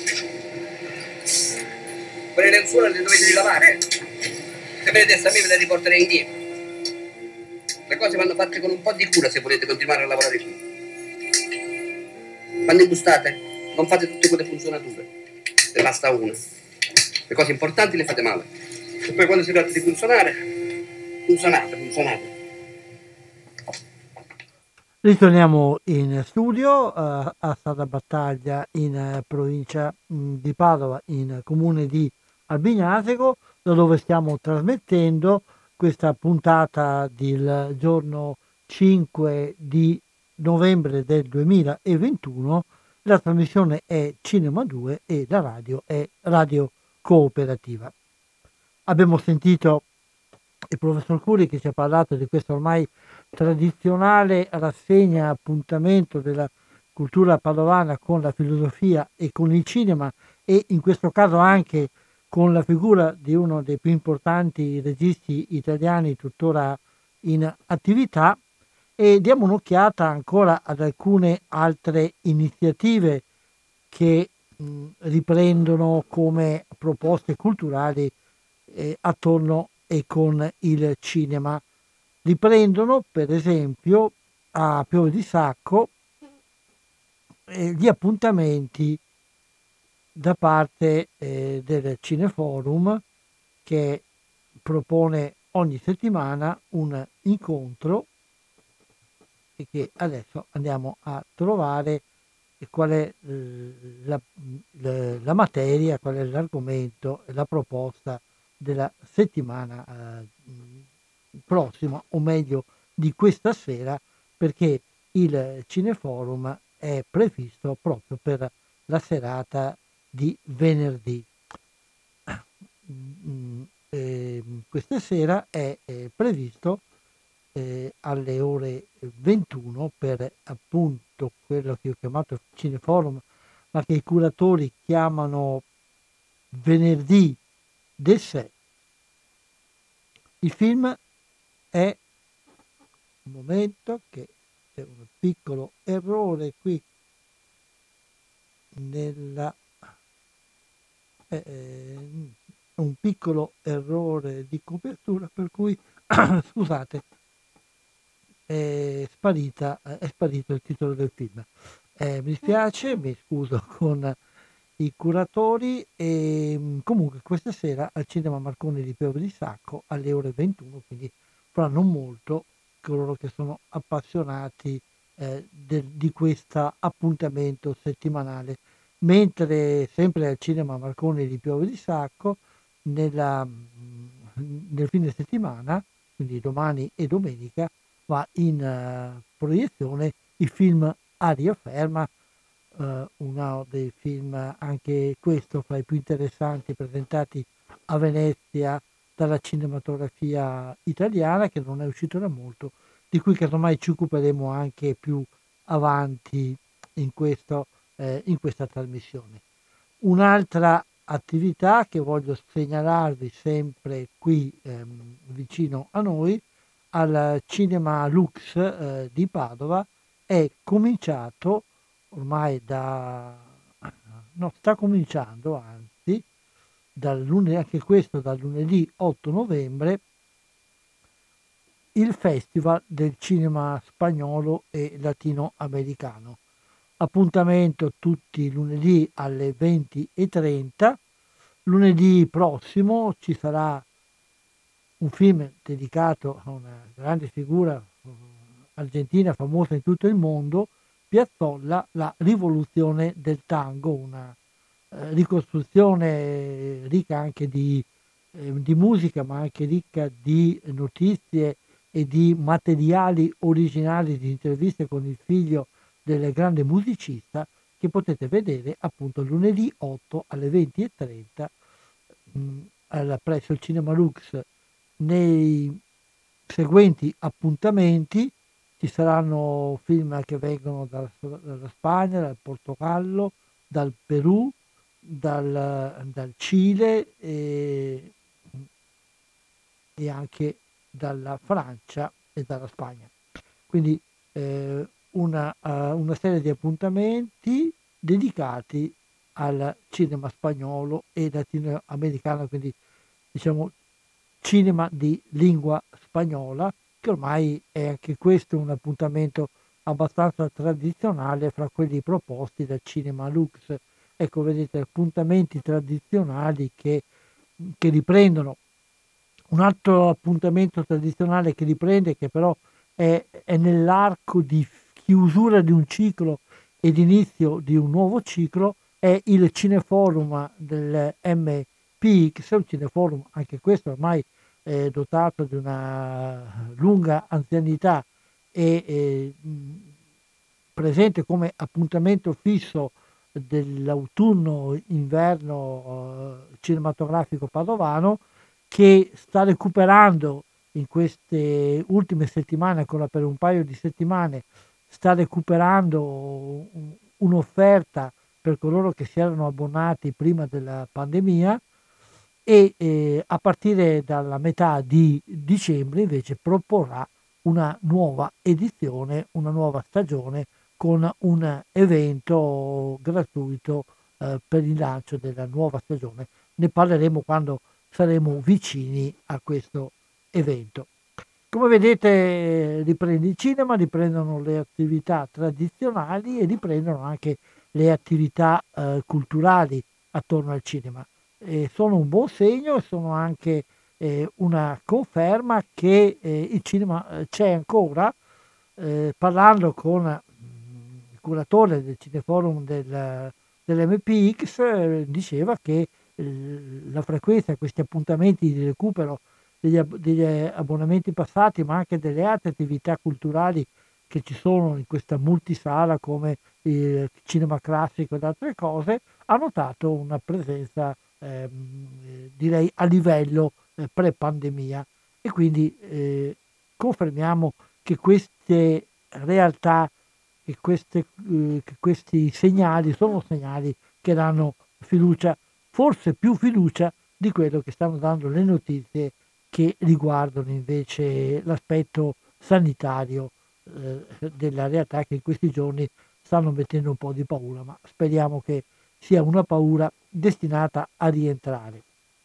Quelle lenzuola le dovete rilavare. Se vedete a me ve le riporterei indietro. Le cose vanno fatte con un po' di cura se volete continuare a lavorare qui. Quando imbustate, non fate tutte quelle funzionature. Ne basta una. Le cose importanti le fate male. E poi quando si tratta di funzionare, funzionate, funzionate. Ritorniamo in studio uh, a Strada Battaglia in uh, provincia mh, di Padova, in comune di Albignasego, da dove stiamo trasmettendo questa puntata del giorno cinque di novembre del duemilaventuno. La trasmissione è Cinema due e la radio è Radio Cooperativa. Abbiamo sentito il professor Curi che ci ha parlato di questa ormai tradizionale rassegna appuntamento della cultura padovana con la filosofia e con il cinema, e in questo caso anche con la figura di uno dei più importanti registi italiani tuttora in attività, e diamo un'occhiata ancora ad alcune altre iniziative che mh, riprendono come proposte culturali eh, attorno e con il cinema. Riprendono per esempio a Pieve di Sacco eh, gli appuntamenti da parte eh, del Cineforum, che propone ogni settimana un incontro e che adesso andiamo a trovare qual è eh, la, la, la materia, qual è l'argomento e la proposta della settimana eh, prossima, o meglio di questa sera, perché il Cineforum è previsto proprio per la serata di venerdì. Eh, questa sera è eh, previsto eh, alle ore ventuno per appunto quello che ho chiamato Cineforum, ma che i curatori chiamano venerdì del sé. Il film è, un momento che c'è un piccolo errore qui nella eh, un piccolo errore di copertura, per cui scusate, è sparita è sparito il titolo del film. Eh, mi spiace, mi scuso con i curatori, e comunque questa sera al Cinema Marconi di Pieve di Sacco alle ore ventuno, quindi fra non molto, coloro che sono appassionati eh, del, di questo appuntamento settimanale. Mentre sempre al Cinema Marconi di Pieve di Sacco nella, nel fine settimana, quindi domani e domenica, va in uh, proiezione il film Aria Ferma, uh, uno dei film anche questo fra i più interessanti presentati a Venezia dalla cinematografia italiana, che non è uscito da molto, di cui casomai ci occuperemo anche più avanti in, questo, eh, in questa trasmissione. Un'altra attività che voglio segnalarvi sempre qui ehm, vicino a noi, al Cinema Lux eh, di Padova, è cominciato ormai da no sta cominciando anzi dal lunedì, anche questo dal lunedì otto novembre, il Festival del Cinema Spagnolo e Latinoamericano. Appuntamento tutti i lunedì alle venti e trenta. Lunedì prossimo ci sarà un film dedicato a una grande figura argentina famosa in tutto il mondo, Piazzolla, La rivoluzione del tango, una eh, ricostruzione ricca anche di, eh, di musica, ma anche ricca di notizie e di materiali originali, di interviste con il figlio del grande musicista, che potete vedere appunto lunedì otto alle venti e trenta mh, presso il Cinema Lux. Nei seguenti appuntamenti ci saranno film che vengono dalla, dalla Spagna, dal Portogallo, dal Perù, dal, dal Cile e, e anche dalla Francia e dalla Spagna. Quindi eh, una, uh, una serie di appuntamenti dedicati al cinema spagnolo e latinoamericano, quindi diciamo cinema di lingua spagnola, che ormai è anche questo un appuntamento abbastanza tradizionale fra quelli proposti dal Cinema Lux. Ecco, vedete, appuntamenti tradizionali che, che riprendono. Un altro appuntamento tradizionale che riprende, che però è, è nell'arco di chiusura di un ciclo ed inizio di un nuovo ciclo, è il Cineforum del M P X, un cineforum anche questo ormai eh, dotato di una lunga anzianità e eh, presente come appuntamento fisso dell'autunno-inverno eh, cinematografico padovano, che sta recuperando in queste ultime settimane, ancora per un paio di settimane, sta recuperando un'offerta per coloro che si erano abbonati prima della pandemia e eh, a partire dalla metà di dicembre invece proporrà una nuova edizione, una nuova stagione con un evento gratuito eh, per il lancio della nuova stagione. Ne parleremo quando saremo vicini a questo evento. Come vedete riprende il cinema, riprendono le attività tradizionali e riprendono anche le attività eh, culturali attorno al cinema. E sono un buon segno e sono anche eh, una conferma che eh, il cinema eh, c'è ancora. Eh, parlando con mm, il curatore del Cineforum del, dell'M P X eh, diceva che eh, la frequenza di questi appuntamenti di recupero degli, ab- degli abbonamenti passati, ma anche delle altre attività culturali che ci sono in questa multisala come il cinema classico ed altre cose, ha notato una presenza ehm, direi a livello eh, pre-pandemia e quindi eh, confermiamo che queste realtà, che, queste, eh, che questi segnali sono segnali che danno fiducia, forse più fiducia di quello che stanno dando le notizie che riguardano invece l'aspetto sanitario eh, della realtà, che in questi giorni stanno mettendo un po' di paura, ma speriamo che sia una paura destinata a rientrare.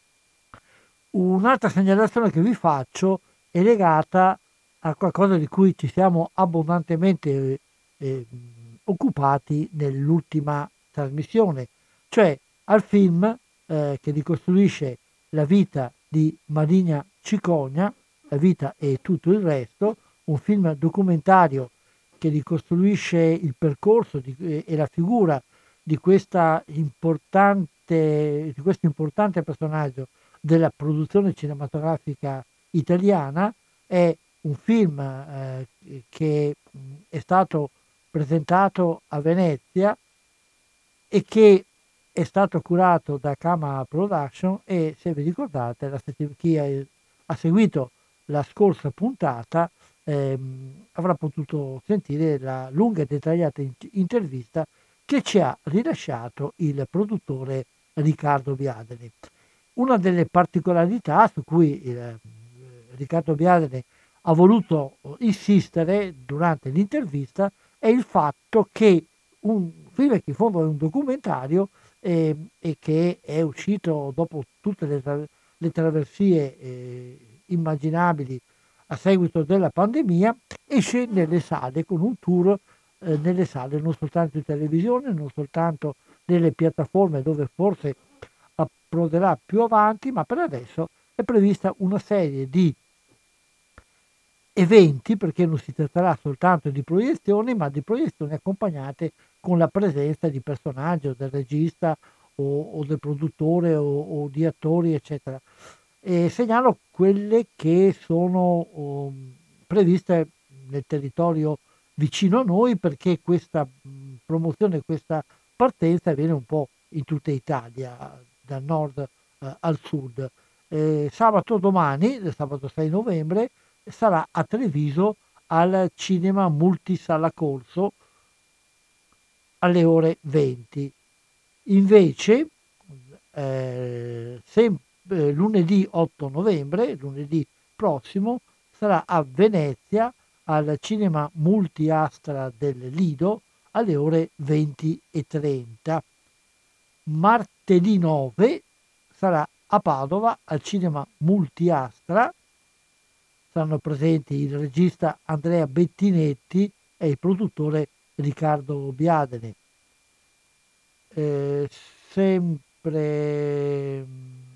Un'altra segnalazione che vi faccio è legata a qualcosa di cui ci siamo abbondantemente eh, occupati nell'ultima trasmissione, cioè al film eh, che ricostruisce la vita di Marina Cicogna, la vita e tutto il resto, un film documentario che ricostruisce il percorso di, eh, e la figura di, questa importante, di questo importante personaggio della produzione cinematografica italiana. È un film eh, che è stato presentato a Venezia e che è stato curato da Kama Production e, se vi ricordate, la, chi ha, ha seguito la scorsa puntata ehm, avrà potuto sentire la lunga e dettagliata intervista che ci ha rilasciato il produttore Riccardo Biadene. Una delle particolarità su cui eh, Riccardo Biadene ha voluto insistere durante l'intervista è il fatto che un film che in fondo è un documentario eh, e che è uscito dopo tutte le, tra- le traversie eh, immaginabili a seguito della pandemia, esce nelle sale con un tour eh, nelle sale, non soltanto in televisione, non soltanto nelle piattaforme dove forse approderà più avanti, ma per adesso è prevista una serie di eventi, perché non si tratterà soltanto di proiezioni, ma di proiezioni accompagnate con la presenza di personaggi o del regista o, o del produttore o, o di attori, eccetera. E segnalo quelle che sono um, previste nel territorio vicino a noi, perché questa mh, promozione, questa partenza avviene un po' in tutta Italia, dal nord eh, al sud. Eh, sabato domani, sabato sei novembre, sarà a Treviso al Cinema Multisala Corso alle ore venti. Invece, eh, sempre, eh, lunedì otto novembre, lunedì prossimo, sarà a Venezia al Cinema Multiastra del Lido alle ore venti e trenta. Martedì nove sarà a Padova al Cinema Multiastra. Saranno presenti il regista Andrea Bettinetti e il produttore Riccardo Biadene. Eh, sempre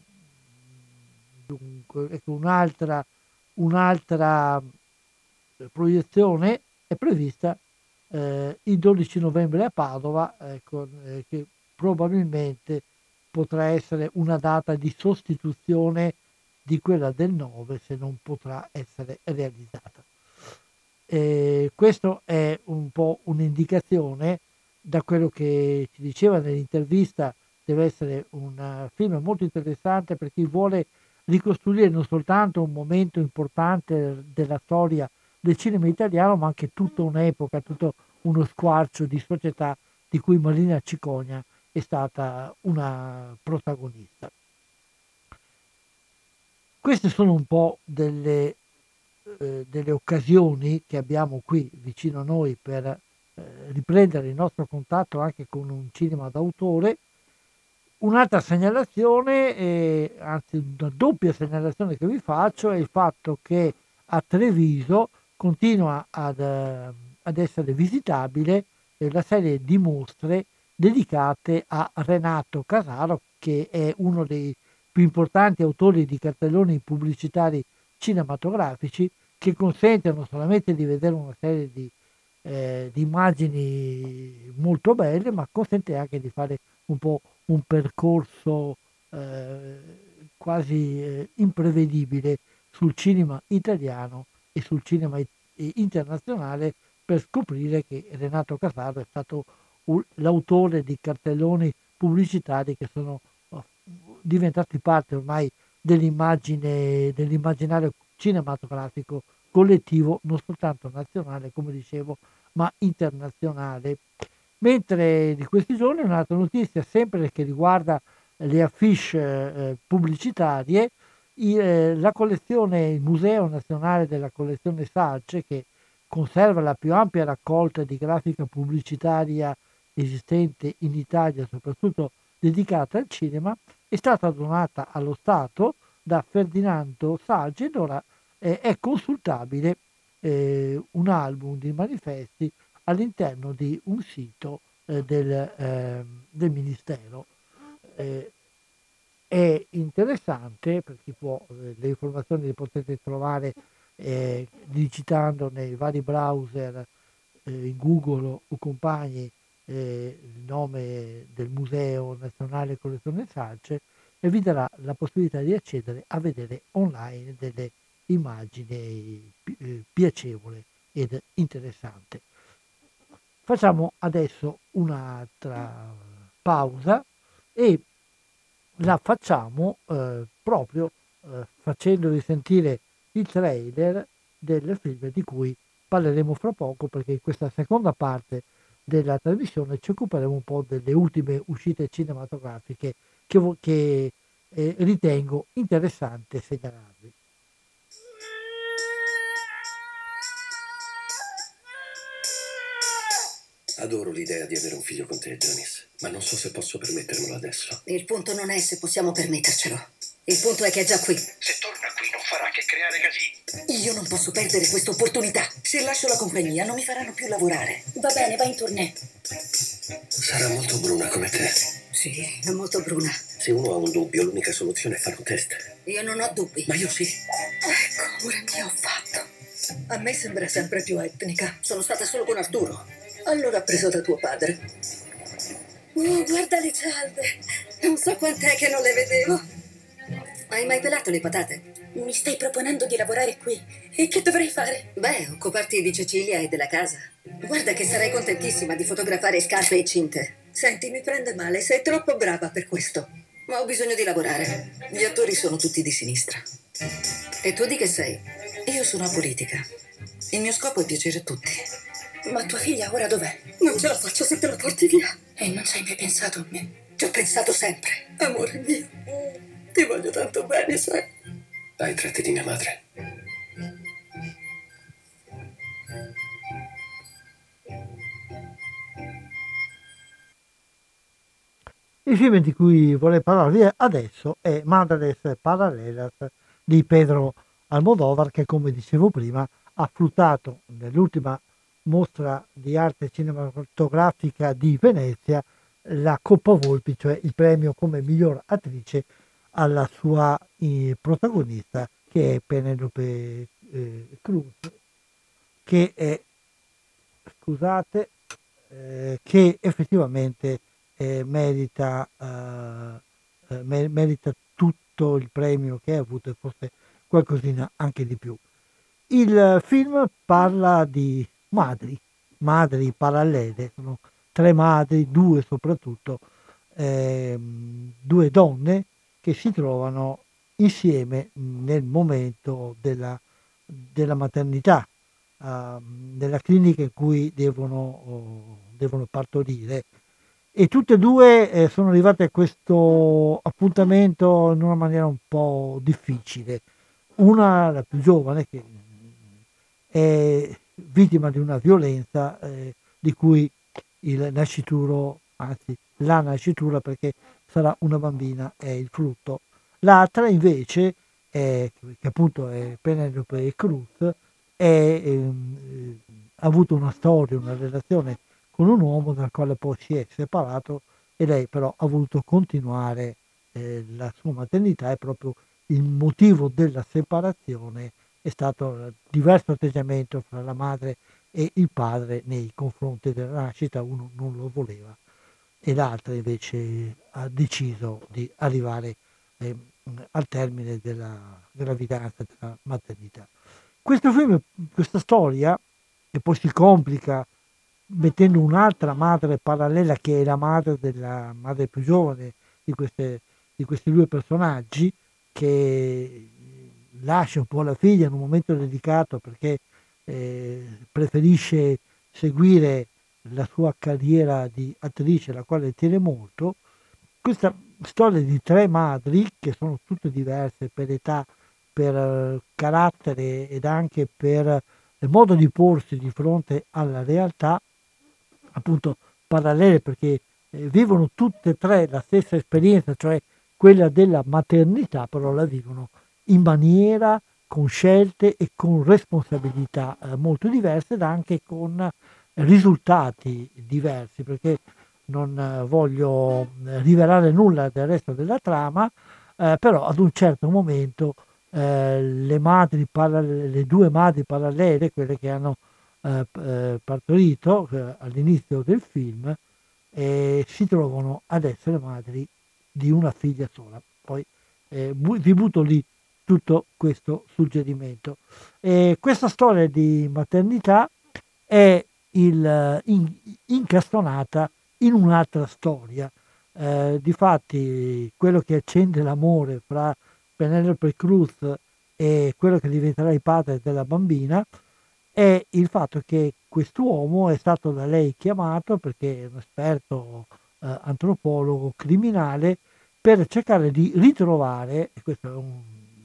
dunque, ecco, un'altra, un'altra proiezione è prevista eh, il dodici novembre a Padova, ecco, eh, che probabilmente potrà essere una data di sostituzione di quella del nove, se non potrà essere realizzata. Eh, questo è un po' un'indicazione. Da quello che ci diceva nell'intervista, deve essere un film molto interessante per chi vuole ricostruire non soltanto un momento importante della storia del cinema italiano, ma anche tutta un'epoca, tutto uno squarcio di società di cui Marina Cicogna è stata una protagonista. Queste sono un po' delle, eh, delle occasioni che abbiamo qui vicino a noi per eh, riprendere il nostro contatto anche con un cinema d'autore. Un'altra segnalazione, eh, anzi una doppia segnalazione che vi faccio, è il fatto che a Treviso continua ad, eh, ad essere visitabile eh, la serie di mostre dedicate a Renato Casaro, che è uno dei più importanti autori di cartelloni pubblicitari cinematografici, che consentono non solamente di vedere una serie di, eh, di immagini molto belle, ma consente anche di fare un po' un percorso eh, quasi eh, imprevedibile sul cinema italiano e sul cinema it- internazionale, per scoprire che Renato Casaro è stato un, l'autore di cartelloni pubblicitari che sono oh, diventati parte ormai dell'immagine, dell'immaginario cinematografico collettivo, non soltanto nazionale, come dicevo, ma internazionale. Mentre di questi giorni un'altra notizia, sempre che riguarda le affiche eh, pubblicitarie, i, eh, la collezione, il Museo Nazionale della Collezione Sace, che conserva la più ampia raccolta di grafica pubblicitaria esistente in Italia, soprattutto dedicata al cinema, è stata donata allo Stato da Ferdinando Saggi ed ora eh, è consultabile eh, un album di manifesti all'interno di un sito eh, del, eh, del Ministero. Eh, è interessante, per chi può, eh, le informazioni le potete trovare eh, digitando nei vari browser, eh, in Google o compagni, eh, il nome del Museo Nazionale Collezione Sace, e vi darà la possibilità di accedere a vedere online delle immagini pi- eh, piacevole ed interessante. Facciamo adesso un'altra pausa e la facciamo eh, proprio eh, facendovi sentire il trailer del film di cui parleremo fra poco, perché in questa seconda parte della trasmissione ci occuperemo un po' delle ultime uscite cinematografiche che, vo- che eh, ritengo interessante segnalarvi. Adoro l'idea di avere un figlio con te, Janice, ma non so se posso permettermelo adesso. Il punto non è se possiamo permettercelo. Il punto è che è già qui. Se torna qui non farà che creare casini. Io non posso perdere questa opportunità. Se lascio la compagnia non mi faranno più lavorare. Va bene, vai in tournée. Sarà molto bruna come te. Sì, è molto bruna. Se uno ha un dubbio, l'unica soluzione è fare un test. Io non ho dubbi. Ma io sì. Ecco, ora mi ho fatto. A me sembra sempre più etnica. Sono stata solo con Arturo. Allora preso da tuo padre. Oh, guarda le cialde. Non so quant'è che non le vedevo. Hai mai pelato le patate? Mi stai proponendo di lavorare qui. E che dovrei fare? Beh, occuparti di Cecilia e della casa. Guarda che sarei contentissima di fotografare scarpe e cinte. Senti, mi prende male. Sei troppo brava per questo. Ma ho bisogno di lavorare. Gli attori sono tutti di sinistra. E tu di che sei? Io sono apolitica. Il mio scopo è piacere a tutti. Ma tua figlia ora dov'è? Non ce la faccio se te la porti via. E non ci hai mai pensato a me? Ci ho pensato sempre. Amore mio, ti voglio tanto bene, sai? Hai tratti di mia madre. Il film di cui vorrei parlarvi adesso è Madres Paralelas di Pedro Almodóvar, che, come dicevo prima, ha fruttato nell'ultima mostra di arte cinematografica di Venezia la Coppa Volpi, cioè il premio come miglior attrice alla sua eh, protagonista, che è Penelope eh, Cruz, che è, scusate, eh, che effettivamente eh, merita, eh, eh, merita tutto il premio che ha avuto e forse qualcosina anche di più. Il film parla di madri, madri parallele, sono tre madri, due soprattutto, ehm, due donne che si trovano insieme nel momento della, della maternità. a, nella clinica in cui devono, oh, devono partorire. E tutte e due eh, sono arrivate a questo appuntamento in una maniera un po' difficile. Una, la più giovane, che è vittima di una violenza eh, di cui il nascituro, anzi la nascitura, perché sarà una bambina, è il frutto. L'altra invece, è, che appunto è Penelope Cruz, è, ehm, ha avuto una storia, una relazione con un uomo dal quale poi si è separato, e lei però ha voluto continuare eh, la sua maternità, e proprio il motivo della separazione è stato il diverso atteggiamento fra la madre e il padre nei confronti della nascita. Uno non lo voleva e l'altra invece ha deciso di arrivare eh, al termine della gravidanza, della maternità. Questo film, questa storia, che poi si complica mettendo un'altra madre parallela, che è la madre della madre più giovane di, queste, di questi due personaggi, che lascia un po' la figlia in un momento delicato perché eh, preferisce seguire la sua carriera di attrice, la quale tiene molto. Questa storia di tre madri, che sono tutte diverse per età, per eh, carattere ed anche per il modo di porsi di fronte alla realtà, appunto parallele, perché eh, vivono tutte e tre la stessa esperienza, cioè quella della maternità, però la vivono in maniera, con scelte e con responsabilità eh, molto diverse, ed anche con eh, risultati diversi, perché non eh, voglio rivelare nulla del resto della trama, eh, però ad un certo momento eh, le madri parallele, le due madri parallele, quelle che hanno eh, eh, partorito eh, all'inizio del film, eh, si trovano ad essere madri di una figlia sola. Poi eh, bu- vi butto lì tutto questo suggerimento. E questa storia di maternità è il, in, incastonata in un'altra storia. Eh, difatti quello che accende l'amore fra Penelope Cruz e quello che diventerà il padre della bambina è il fatto che quest'uomo è stato da lei chiamato, perché è un esperto eh, antropologo criminale, per cercare di ritrovare, e questa è un,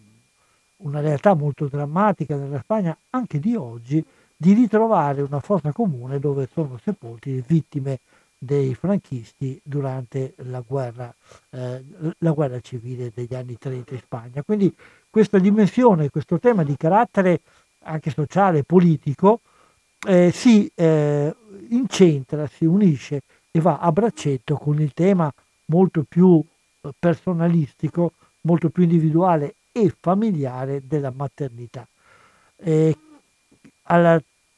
una realtà molto drammatica della Spagna anche di oggi, di ritrovare una fossa comune dove sono sepolti le vittime dei franchisti durante la guerra, eh, la guerra civile degli anni trenta in Spagna. Quindi questa dimensione, questo tema di carattere anche sociale e politico eh, si eh, incentra, si unisce e va a braccetto con il tema molto più eh, personalistico, molto più individuale e familiare della maternità. Eh, al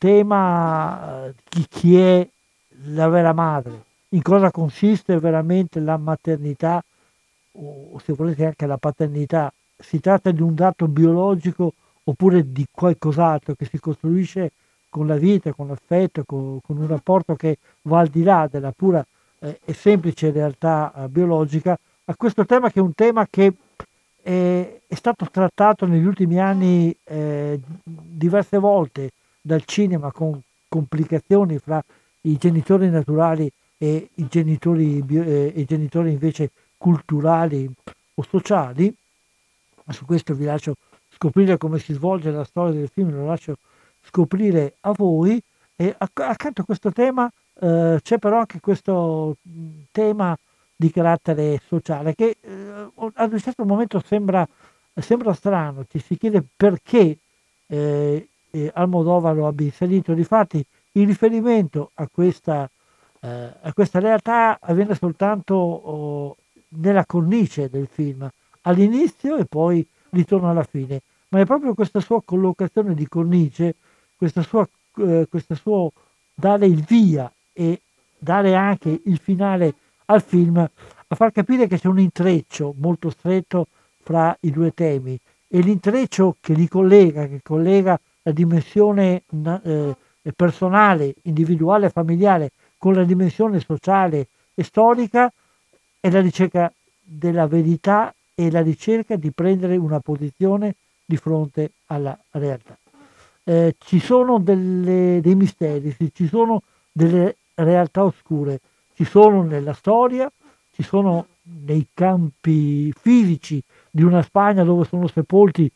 tema di chi è la vera madre, in cosa consiste veramente la maternità, o se volete anche la paternità. Si tratta di un dato biologico oppure di qualcos'altro che si costruisce con la vita, con l'affetto, con, con un rapporto che va al di là della pura eh, e semplice realtà eh, biologica, a questo tema, che è un tema che è, è stato trattato negli ultimi anni eh, diverse volte dal cinema, con complicazioni fra i genitori naturali e i genitori, bio, eh, i genitori invece culturali o sociali. Su questo vi lascio scoprire come si svolge la storia del film, lo lascio scoprire a voi. E acc- accanto a questo tema eh, c'è però anche questo mh, tema di carattere sociale che eh, ad un certo momento sembra, sembra strano, ci si chiede perché eh, eh, Almodovar lo abbia inserito. Difatti il riferimento a questa, eh, a questa realtà avviene soltanto oh, nella cornice del film, all'inizio e poi ritorno alla fine, ma è proprio questa sua collocazione di cornice, questa sua, eh, questo suo dare il via e dare anche il finale al film, a far capire che c'è un intreccio molto stretto fra i due temi, e l'intreccio che li collega, che collega la dimensione eh, personale, individuale, familiare con la dimensione sociale e storica, è la ricerca della verità e la ricerca di prendere una posizione di fronte alla realtà. eh, ci sono delle, dei misteri, sì, ci sono delle realtà oscure, ci sono nella storia, ci sono nei campi fisici di una Spagna dove sono sepolti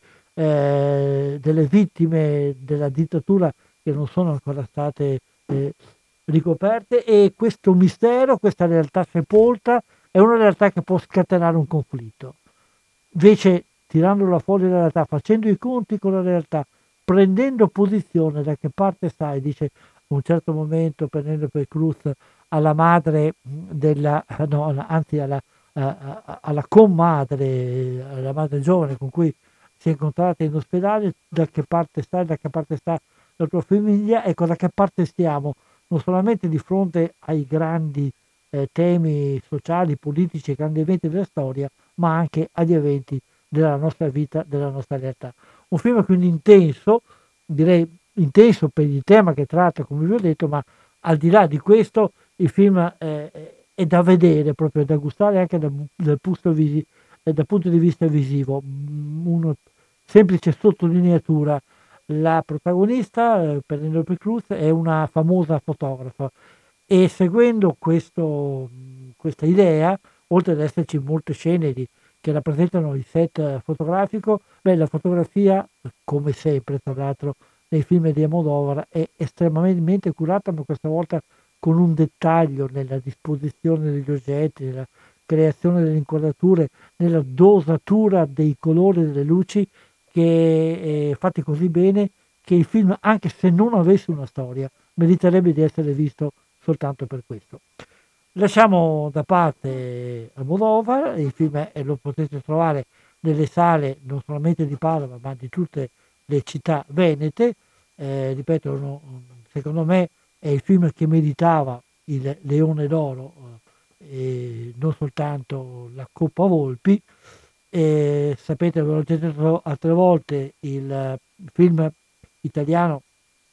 eh, delle vittime della dittatura che non sono ancora state eh, ricoperte, e questo mistero, questa realtà sepolta, è una realtà che può scatenare un conflitto. Invece, tirandola fuori dalla realtà, facendo i conti con la realtà, prendendo posizione da che parte stai, dice a un certo momento Penelope Cruz alla madre della, no, anzi alla, alla, alla commadre, alla madre giovane con cui si è incontrata in ospedale, da che parte stai, da che parte sta la tua famiglia, ecco, da che parte stiamo, non solamente di fronte ai grandi eh, temi sociali, politici, grandi eventi della storia, ma anche agli eventi della nostra vita, della nostra realtà. Un film quindi intenso, direi intenso per il tema che tratta, come vi ho detto, ma al di là di questo il film eh, è da vedere, proprio da gustare anche da, dal, punto visi, eh, dal punto di vista visivo. Una semplice sottolineatura: la protagonista, eh, Penelope Cruz, è una famosa fotografa, e seguendo questo, questa idea, oltre ad esserci molte scene di, che rappresentano il set fotografico, beh, la fotografia, come sempre tra l'altro nei film di Almodóvar, è estremamente curata, ma questa volta con un dettaglio nella disposizione degli oggetti, nella creazione delle inquadrature, nella dosatura dei colori e delle luci, che è fatti così bene che il film, anche se non avesse una storia, meriterebbe di essere visto soltanto per questo. Lasciamo da parte Almodóvar, il film è, lo potete trovare nelle sale non solamente di Padova ma di tutte le città venete, eh, ripeto, no, secondo me è il film che meritava il Leone d'Oro, eh, non soltanto la Coppa Volpi. Eh, sapete, ve l'ho già detto altre volte, il film italiano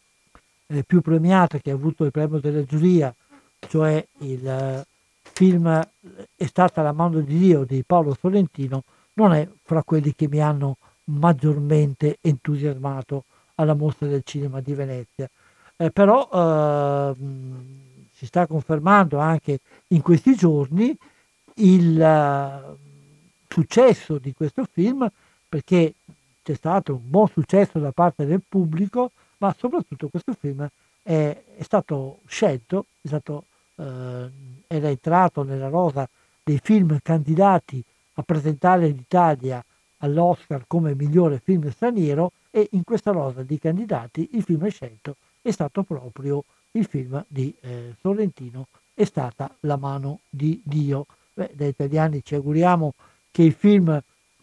eh, più premiato che ha avuto il premio della giuria, cioè il film È stata la mano di Dio di Paolo Sorrentino, non è fra quelli che mi hanno maggiormente entusiasmato alla Mostra del Cinema di Venezia. Eh, però eh, si sta confermando anche in questi giorni il uh, successo di questo film, perché c'è stato un buon successo da parte del pubblico, ma soprattutto questo film è, è stato scelto, è stato eh, è entrato nella rosa dei film candidati a presentare l'Italia all'Oscar come migliore film straniero, e in questa rosa di candidati il film scelto è stato proprio il film di eh, Sorrentino, È stata la mano di Dio. Beh, da italiani ci auguriamo che il film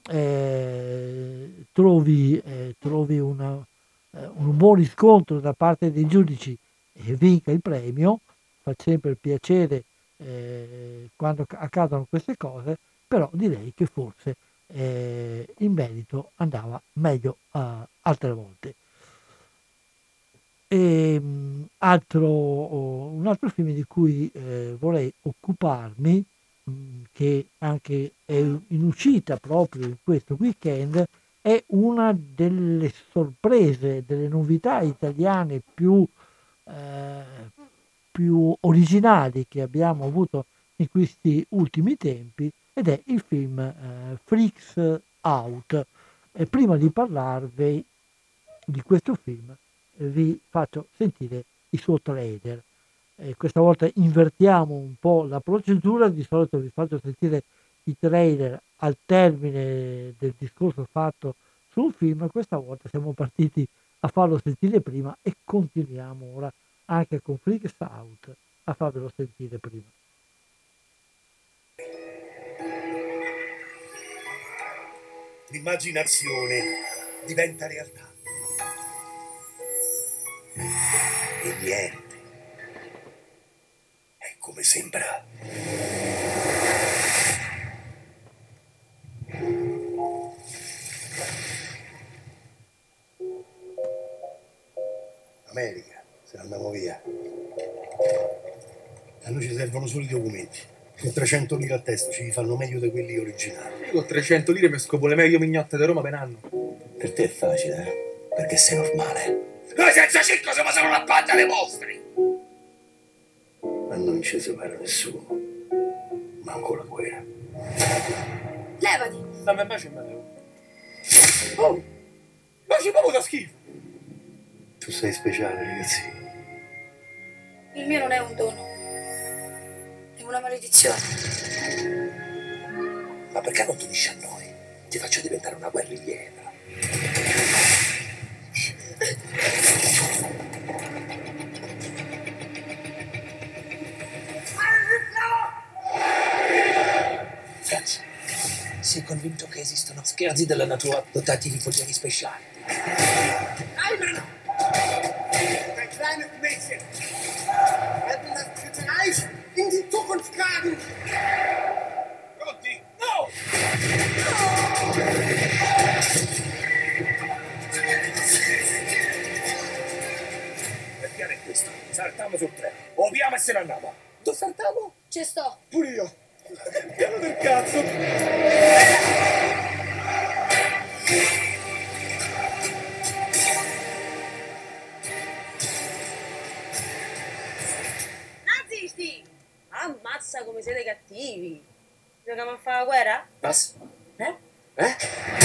eh, trovi, eh, trovi una, eh, un buon riscontro da parte dei giudici e vinca il premio. Fa sempre il piacere eh, quando accadono queste cose, però direi che forse eh, il merito andava meglio uh, altre volte. E, um, altro, oh, un altro film di cui eh, vorrei occuparmi, mh, che anche è in uscita proprio in questo weekend, è una delle sorprese, delle novità italiane più, eh, più originali che abbiamo avuto in questi ultimi tempi, ed è il film eh, Freaks Out. E prima di parlarvi di questo film eh, vi faccio sentire il suo trailer. Eh, questa volta invertiamo un po' la procedura, di solito vi faccio sentire i trailer al termine del discorso fatto su un film, questa volta siamo partiti a farlo sentire prima e continuiamo ora anche con Freaks Out a farvelo sentire prima. L'immaginazione diventa realtà. E niente è come sembra. America, se andiamo via. A noi ci servono solo i documenti. Con trecento lire a testa ci fanno meglio di quelli originali. Io con trecento lire mi scopo le meglio mignotte di Roma per anno. Per te è facile, eh? Perché sei normale. Noi senza circo siamo solo una banda dei mostri. Ma non ci separa nessuno. Manco la guerra. Levati! Dammi in pace, Matteo. Oh! Ma ci proprio da schifo! Tu sei speciale, ragazzi. Il mio non è un dono. È una maledizione. Ma perché non tu dici a noi? Ti faccio diventare una guerrigliera. Franz, sei convinto che esistono scherzi della natura dotati di poteri speciali? Nein, ein kleines Mädchen. Werden das dritte Reich in die Zukunft tragen. Pronti? No! Il piano è questo. Saltiamo sul treno. Oviamo e se ne andiamo. Dove saltiamo? Ci sto. Pure io. Piano del cazzo. Nazisti! Ammazza come siete cattivi. Giochiamo a fare la guerra? Basta. Eh? Eh?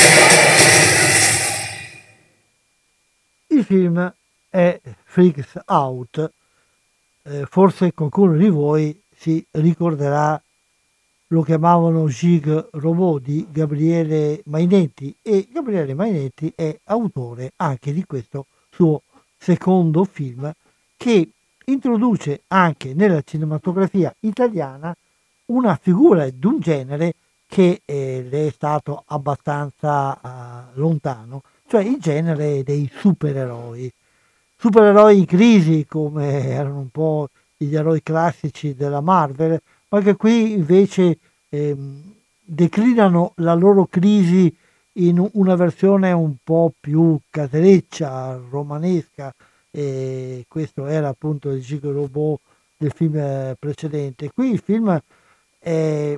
Il film è Freaks Out. Eh, forse qualcuno di voi si ricorderà, lo chiamavano Gig Robot di Gabriele Mainetti, e Gabriele Mainetti è autore anche di questo suo secondo film, che introduce anche nella cinematografia italiana una figura di un genere che eh, le è stato abbastanza eh, lontano, cioè il genere dei supereroi. Supereroi in crisi, come erano un po' gli eroi classici della Marvel, ma che qui invece ehm, declinano la loro crisi in una versione un po' più casereccia, romanesca, e questo era appunto il Gig Robot del film precedente. Qui il film è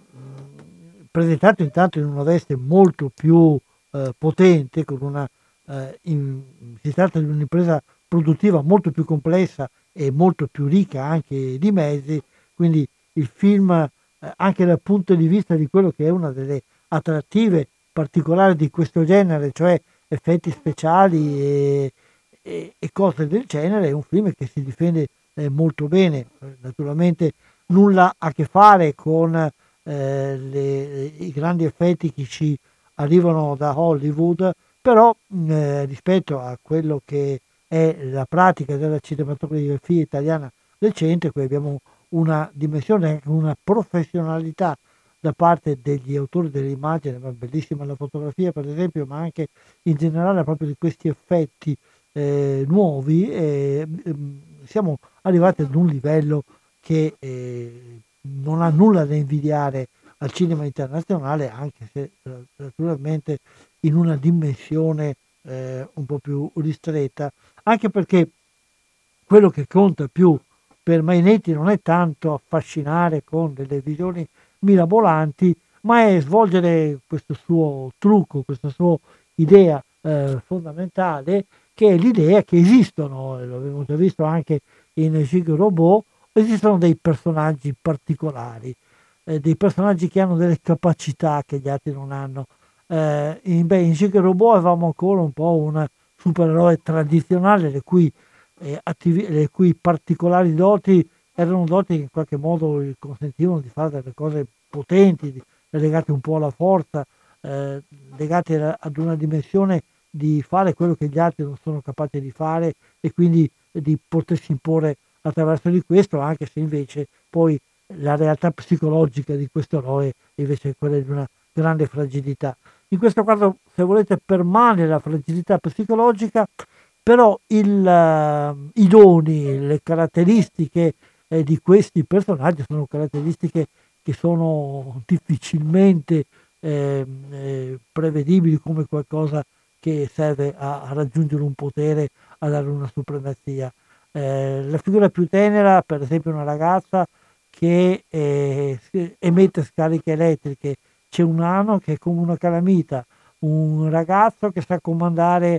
presentato intanto in una veste molto più eh, potente, con una, eh, in, si tratta di un'impresa produttiva molto più complessa e molto più ricca anche di mezzi, quindi il film eh, anche dal punto di vista di quello che è una delle attrattive particolari di questo genere, cioè effetti speciali e, e, e cose del genere, è un film che si difende eh, molto bene. Naturalmente nulla a che fare con eh, le, i grandi effetti che ci arrivano da Hollywood, però eh, rispetto a quello che è la pratica della cinematografia italiana recente, qui abbiamo una dimensione, una professionalità da parte degli autori delle immagini, bellissima la fotografia per esempio, ma anche in generale proprio di questi effetti eh, nuovi. Eh, siamo arrivati ad un livello che eh, non ha nulla da invidiare al cinema internazionale, anche se naturalmente in una dimensione eh, un po' più ristretta, anche perché quello che conta più per Mainetti non è tanto affascinare con delle visioni mirabolanti, ma è svolgere questo suo trucco, questa sua idea eh, fondamentale, che è l'idea che esistono, e lo abbiamo già visto anche in Gig Robot, esistono dei personaggi particolari, eh, dei personaggi che hanno delle capacità che gli altri non hanno. Eh, in, beh, in Gig Robot avevamo ancora un po' un supereroe tradizionale, le cui, eh, attivi- le cui particolari doti erano doti che in qualche modo gli consentivano di fare delle cose potenti, legate un po' alla forza, eh, legate ad una dimensione di fare quello che gli altri non sono capaci di fare, e quindi di potersi imporre attraverso di questo, anche se invece poi la realtà psicologica di questo eroe invece è quella di una grande fragilità. In questo caso, se volete, permane la fragilità psicologica, però il, uh, i doni, le caratteristiche eh, di questi personaggi sono caratteristiche che sono difficilmente eh, eh, prevedibili come qualcosa che serve a, a raggiungere un potere, a dare una supremazia. Eh, la figura più tenera, per esempio una ragazza che eh, emette scariche elettriche, c'è un nano che è come una calamita, un ragazzo che sa comandare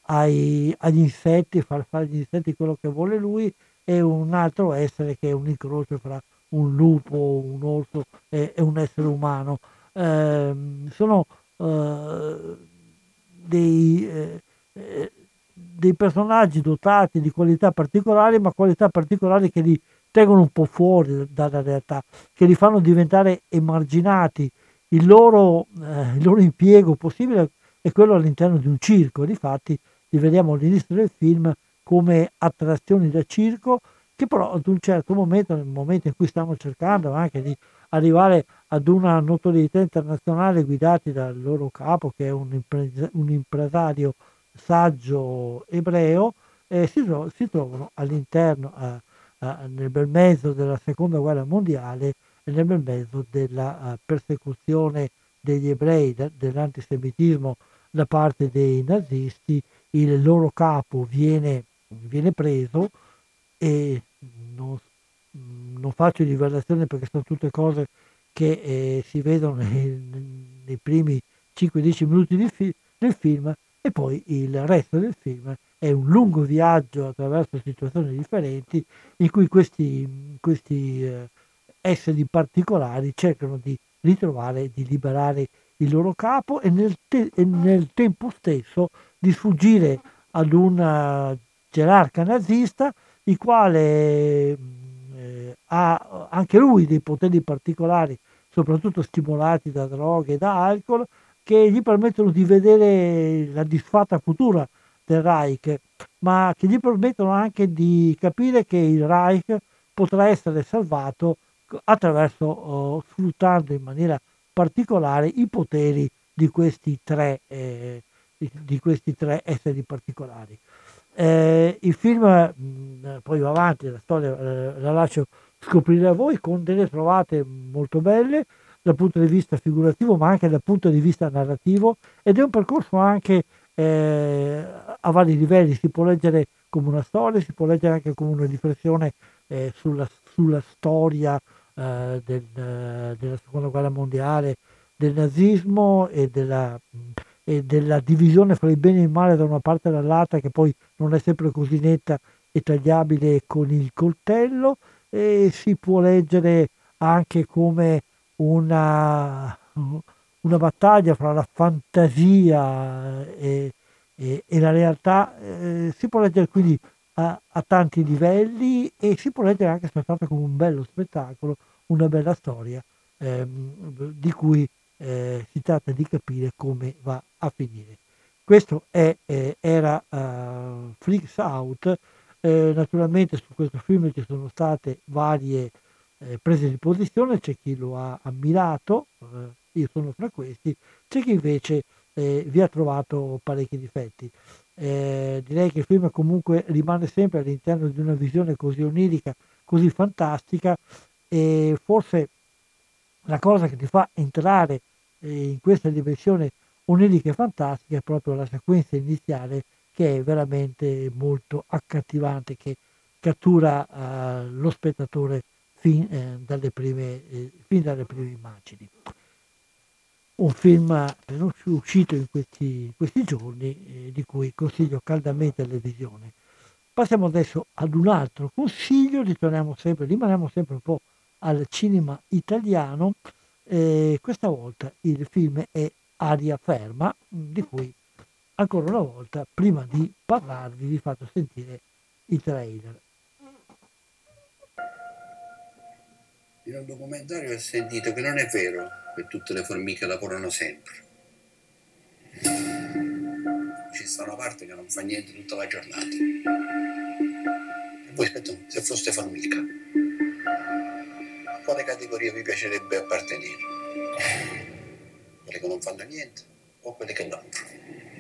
ai, agli insetti, far fare agli insetti quello che vuole lui, e un altro essere che è un incrocio fra un lupo, un orso e, e un essere umano. Eh, sono eh, dei, eh, eh, dei personaggi dotati di qualità particolari, ma qualità particolari che li tengono un po' fuori dalla realtà, che li fanno diventare emarginati. Il loro, eh, il loro impiego possibile è quello all'interno di un circo. Difatti li vediamo all'inizio del film come attrazioni da circo, che però ad un certo momento, nel momento in cui stanno cercando anche di arrivare ad una notorietà internazionale, guidati dal loro capo, che è un, impres- un impresario saggio ebreo, eh, si, tro- si trovano all'interno, eh, eh, nel bel mezzo della seconda guerra mondiale e nel bel mezzo della eh, persecuzione degli ebrei, de- dell'antisemitismo da parte dei nazisti. Il loro capo viene, viene preso e non, non faccio divulgazione perché sono tutte cose che eh, si vedono nei, nei primi cinque dieci minuti di fi- del film, e poi il resto del film è un lungo viaggio attraverso situazioni differenti in cui questi, questi eh, esseri particolari cercano di ritrovare, di liberare il loro capo e nel, te- e nel tempo stesso di sfuggire ad un gerarca nazista, il quale mh, eh, ha anche lui dei poteri particolari, soprattutto stimolati da droghe e da alcol, che gli permettono di vedere la disfatta futura del Reich, ma che gli permettono anche di capire che il Reich potrà essere salvato attraverso, oh, sfruttando in maniera particolare i poteri di questi tre, eh, di, di questi tre esseri particolari. Eh, il film mh, poi va avanti, la storia eh, la lascio scoprire a voi, con delle trovate molto belle dal punto di vista figurativo, ma anche dal punto di vista narrativo, ed è un percorso anche eh, a vari livelli. Si può leggere come una storia, si può leggere anche come una riflessione eh, sulla, sulla storia eh, del, eh, della seconda guerra mondiale, del nazismo e della, e della divisione fra il bene e il male da una parte e dall'altra, che poi non è sempre così netta e tagliabile con il coltello. E si può leggere anche come una, una battaglia fra la fantasia e, e, e la realtà. Eh, si può leggere quindi a, a tanti livelli, e si può leggere anche soltanto come un bello spettacolo, una bella storia ehm, di cui eh, si tratta di capire come va a finire. Questo è, eh, era uh, Freaks Out. Eh, naturalmente su questo film ci sono state varie eh, prese di posizione, c'è chi lo ha ammirato, eh, io sono fra questi, c'è chi invece eh, vi ha trovato parecchi difetti. Eh, direi che il film comunque rimane sempre all'interno di una visione così onirica, così fantastica, e forse la cosa che ti fa entrare eh, in questa dimensione onirica e fantastica è proprio la sequenza iniziale, che è veramente molto accattivante, che cattura eh, lo spettatore fin, eh, dalle prime, eh, fin dalle prime immagini. Un film uscito in questi, questi giorni, eh, di cui consiglio caldamente la visione. Passiamo adesso ad un altro consiglio, ritorniamo sempre, rimaniamo sempre un po' al cinema italiano. Eh, questa volta il film è Aria Ferma, di cui ancora una volta, prima di parlarvi, vi faccio sentire il trailer. In un documentario ho sentito che non è vero che tutte le formiche lavorano sempre. Ci sta una parte che non fa niente tutta la giornata. E voi aspetta, se foste formica, a quale categoria vi piacerebbe appartenere? Quelle che non fanno niente o quelle che lavorano?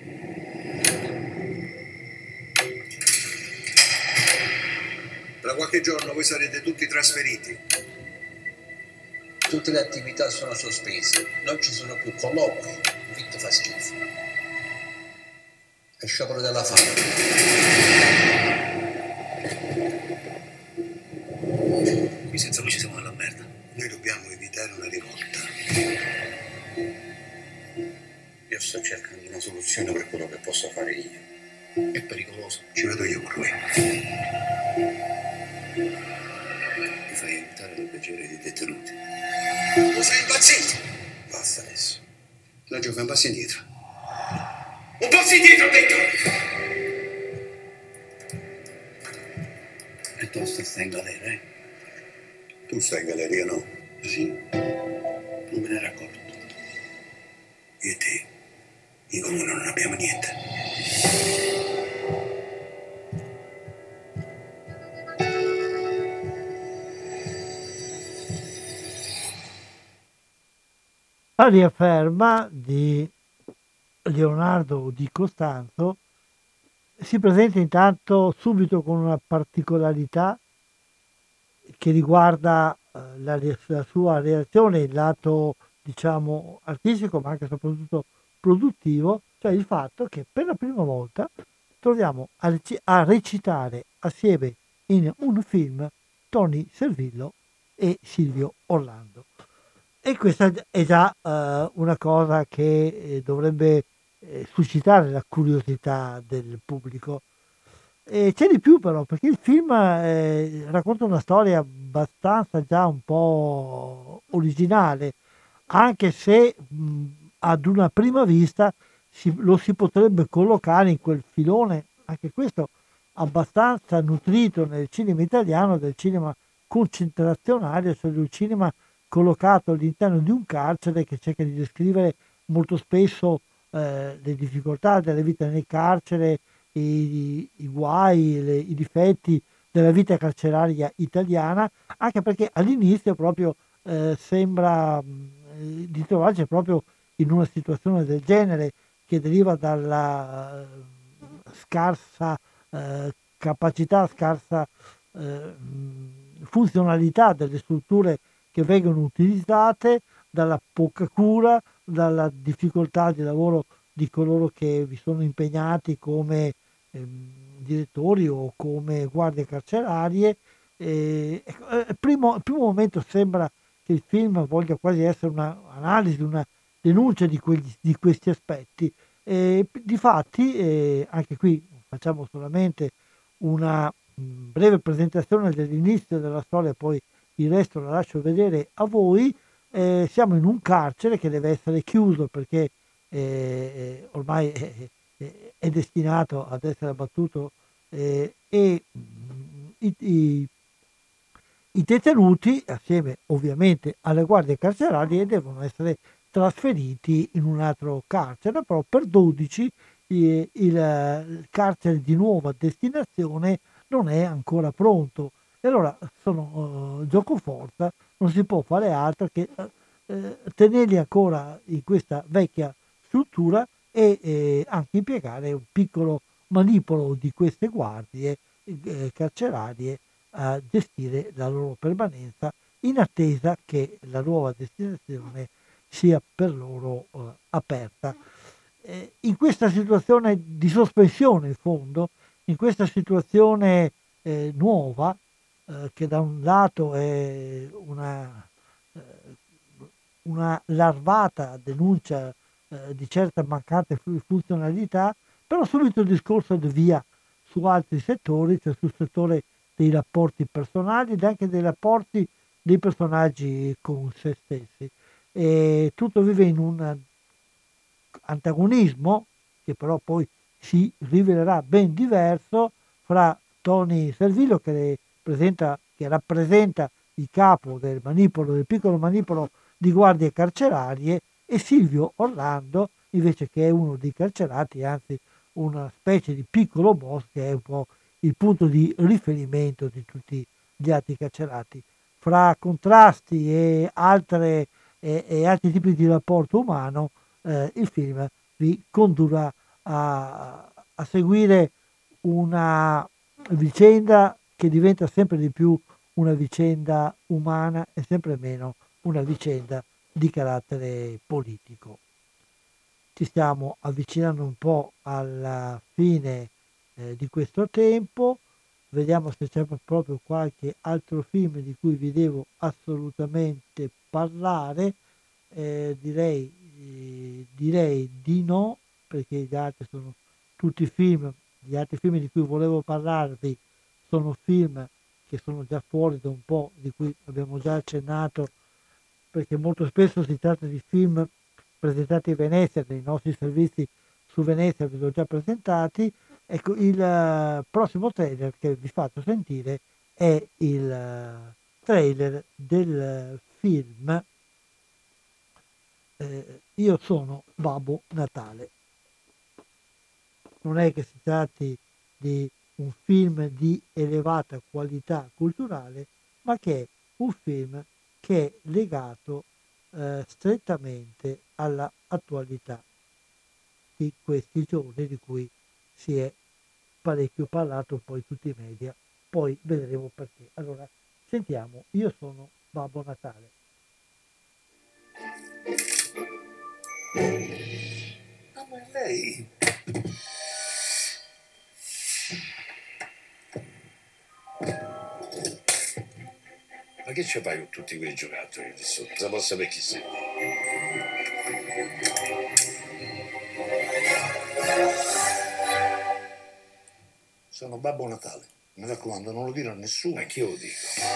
Tra qualche giorno voi sarete tutti trasferiti. Tutte le attività sono sospese, non ci sono più colloqui, il vitto fa schifo. È sciopero della fame. Qui senza luce siamo nella merda. Noi dobbiamo evitare una rivolta. Io sto cercando una soluzione per quello che posso fare io. È pericoloso. Ci vedo io con lui. Ti fai aiutare dal piacere dei detenuti. Tu sei impazzito! Basta adesso. La Gio, fai un passo indietro. Un passo indietro, ho detto! Piuttosto stai in galera, eh? Tu stai in galleria, no? Sì. Non me ne ero accorto. Io e te, in comune non abbiamo niente. Aria ferma di Leonardo Di Costanzo si presenta intanto subito con una particolarità che riguarda eh, la, la sua reazione, il lato diciamo artistico ma anche soprattutto produttivo, cioè il fatto che per la prima volta troviamo a, rec- a recitare assieme in un film Tony Servillo e Silvio Orlando. E questa è già eh, una cosa che eh, dovrebbe eh, suscitare la curiosità del pubblico. E c'è di più però, perché il film eh, racconta una storia abbastanza già un po' originale, anche se mh, ad una prima vista si, lo si potrebbe collocare in quel filone, anche questo abbastanza nutrito nel cinema italiano, del cinema concentrazionario, cioè del cinema collocato all'interno di un carcere che cerca di descrivere molto spesso eh, le difficoltà della vita nel carcere, i, i guai, le, i difetti della vita carceraria italiana, anche perché all'inizio proprio eh, sembra mh, di trovarci proprio in una situazione del genere che deriva dalla uh, scarsa uh, capacità, scarsa uh, funzionalità delle strutture che vengono utilizzate, dalla poca cura, dalla difficoltà di lavoro di coloro che vi sono impegnati come ehm, direttori o come guardie carcerarie. Eh, eh, primo, il primo momento sembra che il film voglia quasi essere un'analisi, una denuncia di, quegli, di questi aspetti. Eh, difatti, eh, anche qui facciamo solamente una mh, breve presentazione dell'inizio della storia, poi il resto lo lascio vedere a voi. Eh, siamo in un carcere che deve essere chiuso perché eh, ormai è, è destinato ad essere abbattuto eh, e mh, i, i, i detenuti, assieme ovviamente alle guardie carcerarie, devono essere trasferiti in un altro carcere, però per dodici eh, il, il carcere di nuova destinazione non è ancora pronto. E allora sono uh, giocoforza, non si può fare altro che uh, eh, tenerli ancora in questa vecchia struttura e eh, anche impiegare un piccolo manipolo di queste guardie eh, carcerarie a gestire la loro permanenza in attesa che la nuova destinazione sia per loro uh, aperta. Eh, in questa situazione di sospensione, in fondo, in questa situazione eh, nuova, eh, che da un lato è una, eh, una larvata denuncia eh, di certe mancate funzionalità, però subito il discorso devia su altri settori, cioè sul settore dei rapporti personali ed anche dei rapporti dei personaggi con se stessi. E tutto vive in un antagonismo che però poi si rivelerà ben diverso fra Tony Servillo che, presenta, che rappresenta il capo del manipolo, del piccolo manipolo di guardie carcerarie, e Silvio Orlando invece che è uno dei carcerati, anzi una specie di piccolo boss che è un po' il punto di riferimento di tutti gli altri carcerati. Fra contrasti e, altre, e, e altri tipi di rapporto umano, eh, il film vi condurrà a, a seguire una vicenda che diventa sempre di più una vicenda umana e sempre meno una vicenda di carattere politico. Ci stiamo avvicinando un po' alla fine eh, di questo tempo, vediamo se c'è proprio qualche altro film di cui vi devo assolutamente parlare. Eh, direi, eh, direi di no, perché gli altri sono tutti film Gli altri film di cui volevo parlarvi sono film che sono già fuori da un po', di cui abbiamo già accennato, perché molto spesso si tratta di film presentati a Venezia, dei nostri servizi su Venezia vi ho già presentati. Ecco, il uh, prossimo trailer che vi faccio sentire è il uh, trailer del uh, film eh, Io sono Babbo Natale. Non è che si tratti di un film di elevata qualità culturale, ma che è un film che è legato eh, strettamente alla attualità di questi giorni, di cui si è parecchio parlato poi in tutti i media, poi vedremo perché. Allora, sentiamo, Io sono Babbo Natale. Ah, ma lei... Ma che ci fai con tutti quei giocattoli lì sotto? Se posso sapere chi sei? Sono Babbo Natale. Mi raccomando, non lo dire a nessuno. Ma chi lo dico?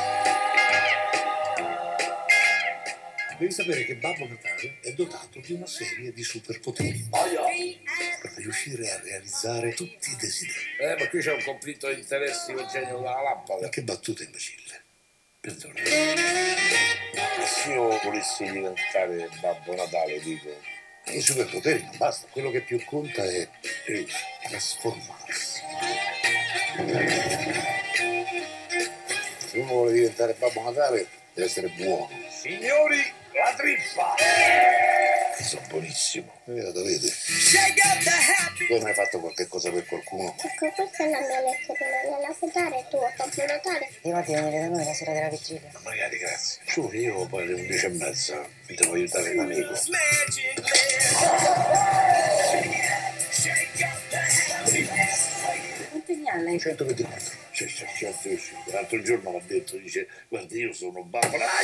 Devi sapere che Babbo Natale è dotato di una serie di superpoteri per riuscire a realizzare tutti i desideri. Eh, ma qui c'è un conflitto di interessi con il genio della lampada. Ma che battuta imbecille. Perdona. E se io volessi diventare Babbo Natale, dico... I superpoteri non basta. Quello che più conta è, è trasformarsi. Se uno vuole diventare Babbo Natale, deve essere buono. Signori, la trippa! Sono buonissimo. Eh, lo vedi? Tu hai fatto qualche cosa per qualcuno? Ecco, questa è la mia lettera, non gliela puoi dare tu a Babbo Natale? Io ti venire da noi la sera della vigilia. Ma magari, grazie. Su, io poi alle undici e mezza mi devo aiutare un amico. Quanti ne ha lei? centoventiquattro. Cioè, c'è certo che sì. L'altro giorno mi ha detto, dice, guarda, io sono Babbo Natale.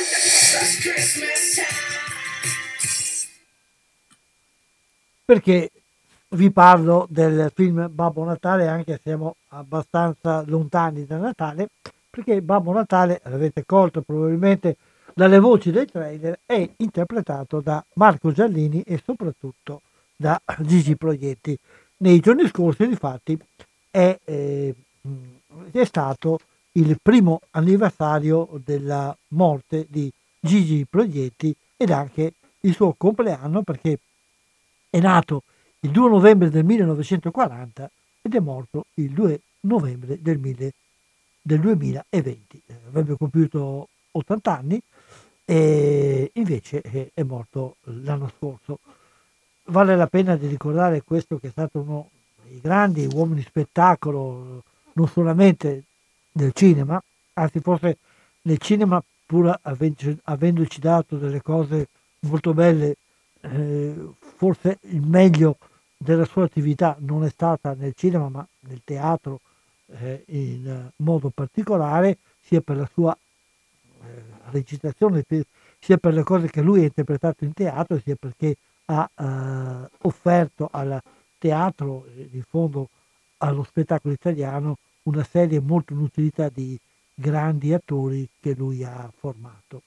Perché vi parlo del film Babbo Natale, anche se siamo abbastanza lontani da Natale, perché Babbo Natale, l'avete colto probabilmente dalle voci del trailer, è interpretato da Marco Giallini e soprattutto da Gigi Proietti. Nei giorni scorsi, infatti, è, eh, è stato il primo anniversario della morte di Gigi Proietti ed anche il suo compleanno, perché è nato il due novembre del millenovecentoquaranta ed è morto il due novembre del, mille, del duemilaventi. Avrebbe compiuto ottanta anni e invece è morto l'anno scorso. Vale la pena di ricordare questo, che è stato uno dei grandi uomini spettacolo, non solamente del cinema, anzi forse nel cinema, pur avendoci dato delle cose molto belle, eh, forse il meglio della sua attività non è stata nel cinema ma nel teatro eh, in modo particolare, sia per la sua eh, recitazione, sia per le cose che lui ha interpretato in teatro, sia perché ha eh, offerto al teatro, eh, in fondo allo spettacolo italiano, una serie molto nutrita di grandi attori che lui ha formato.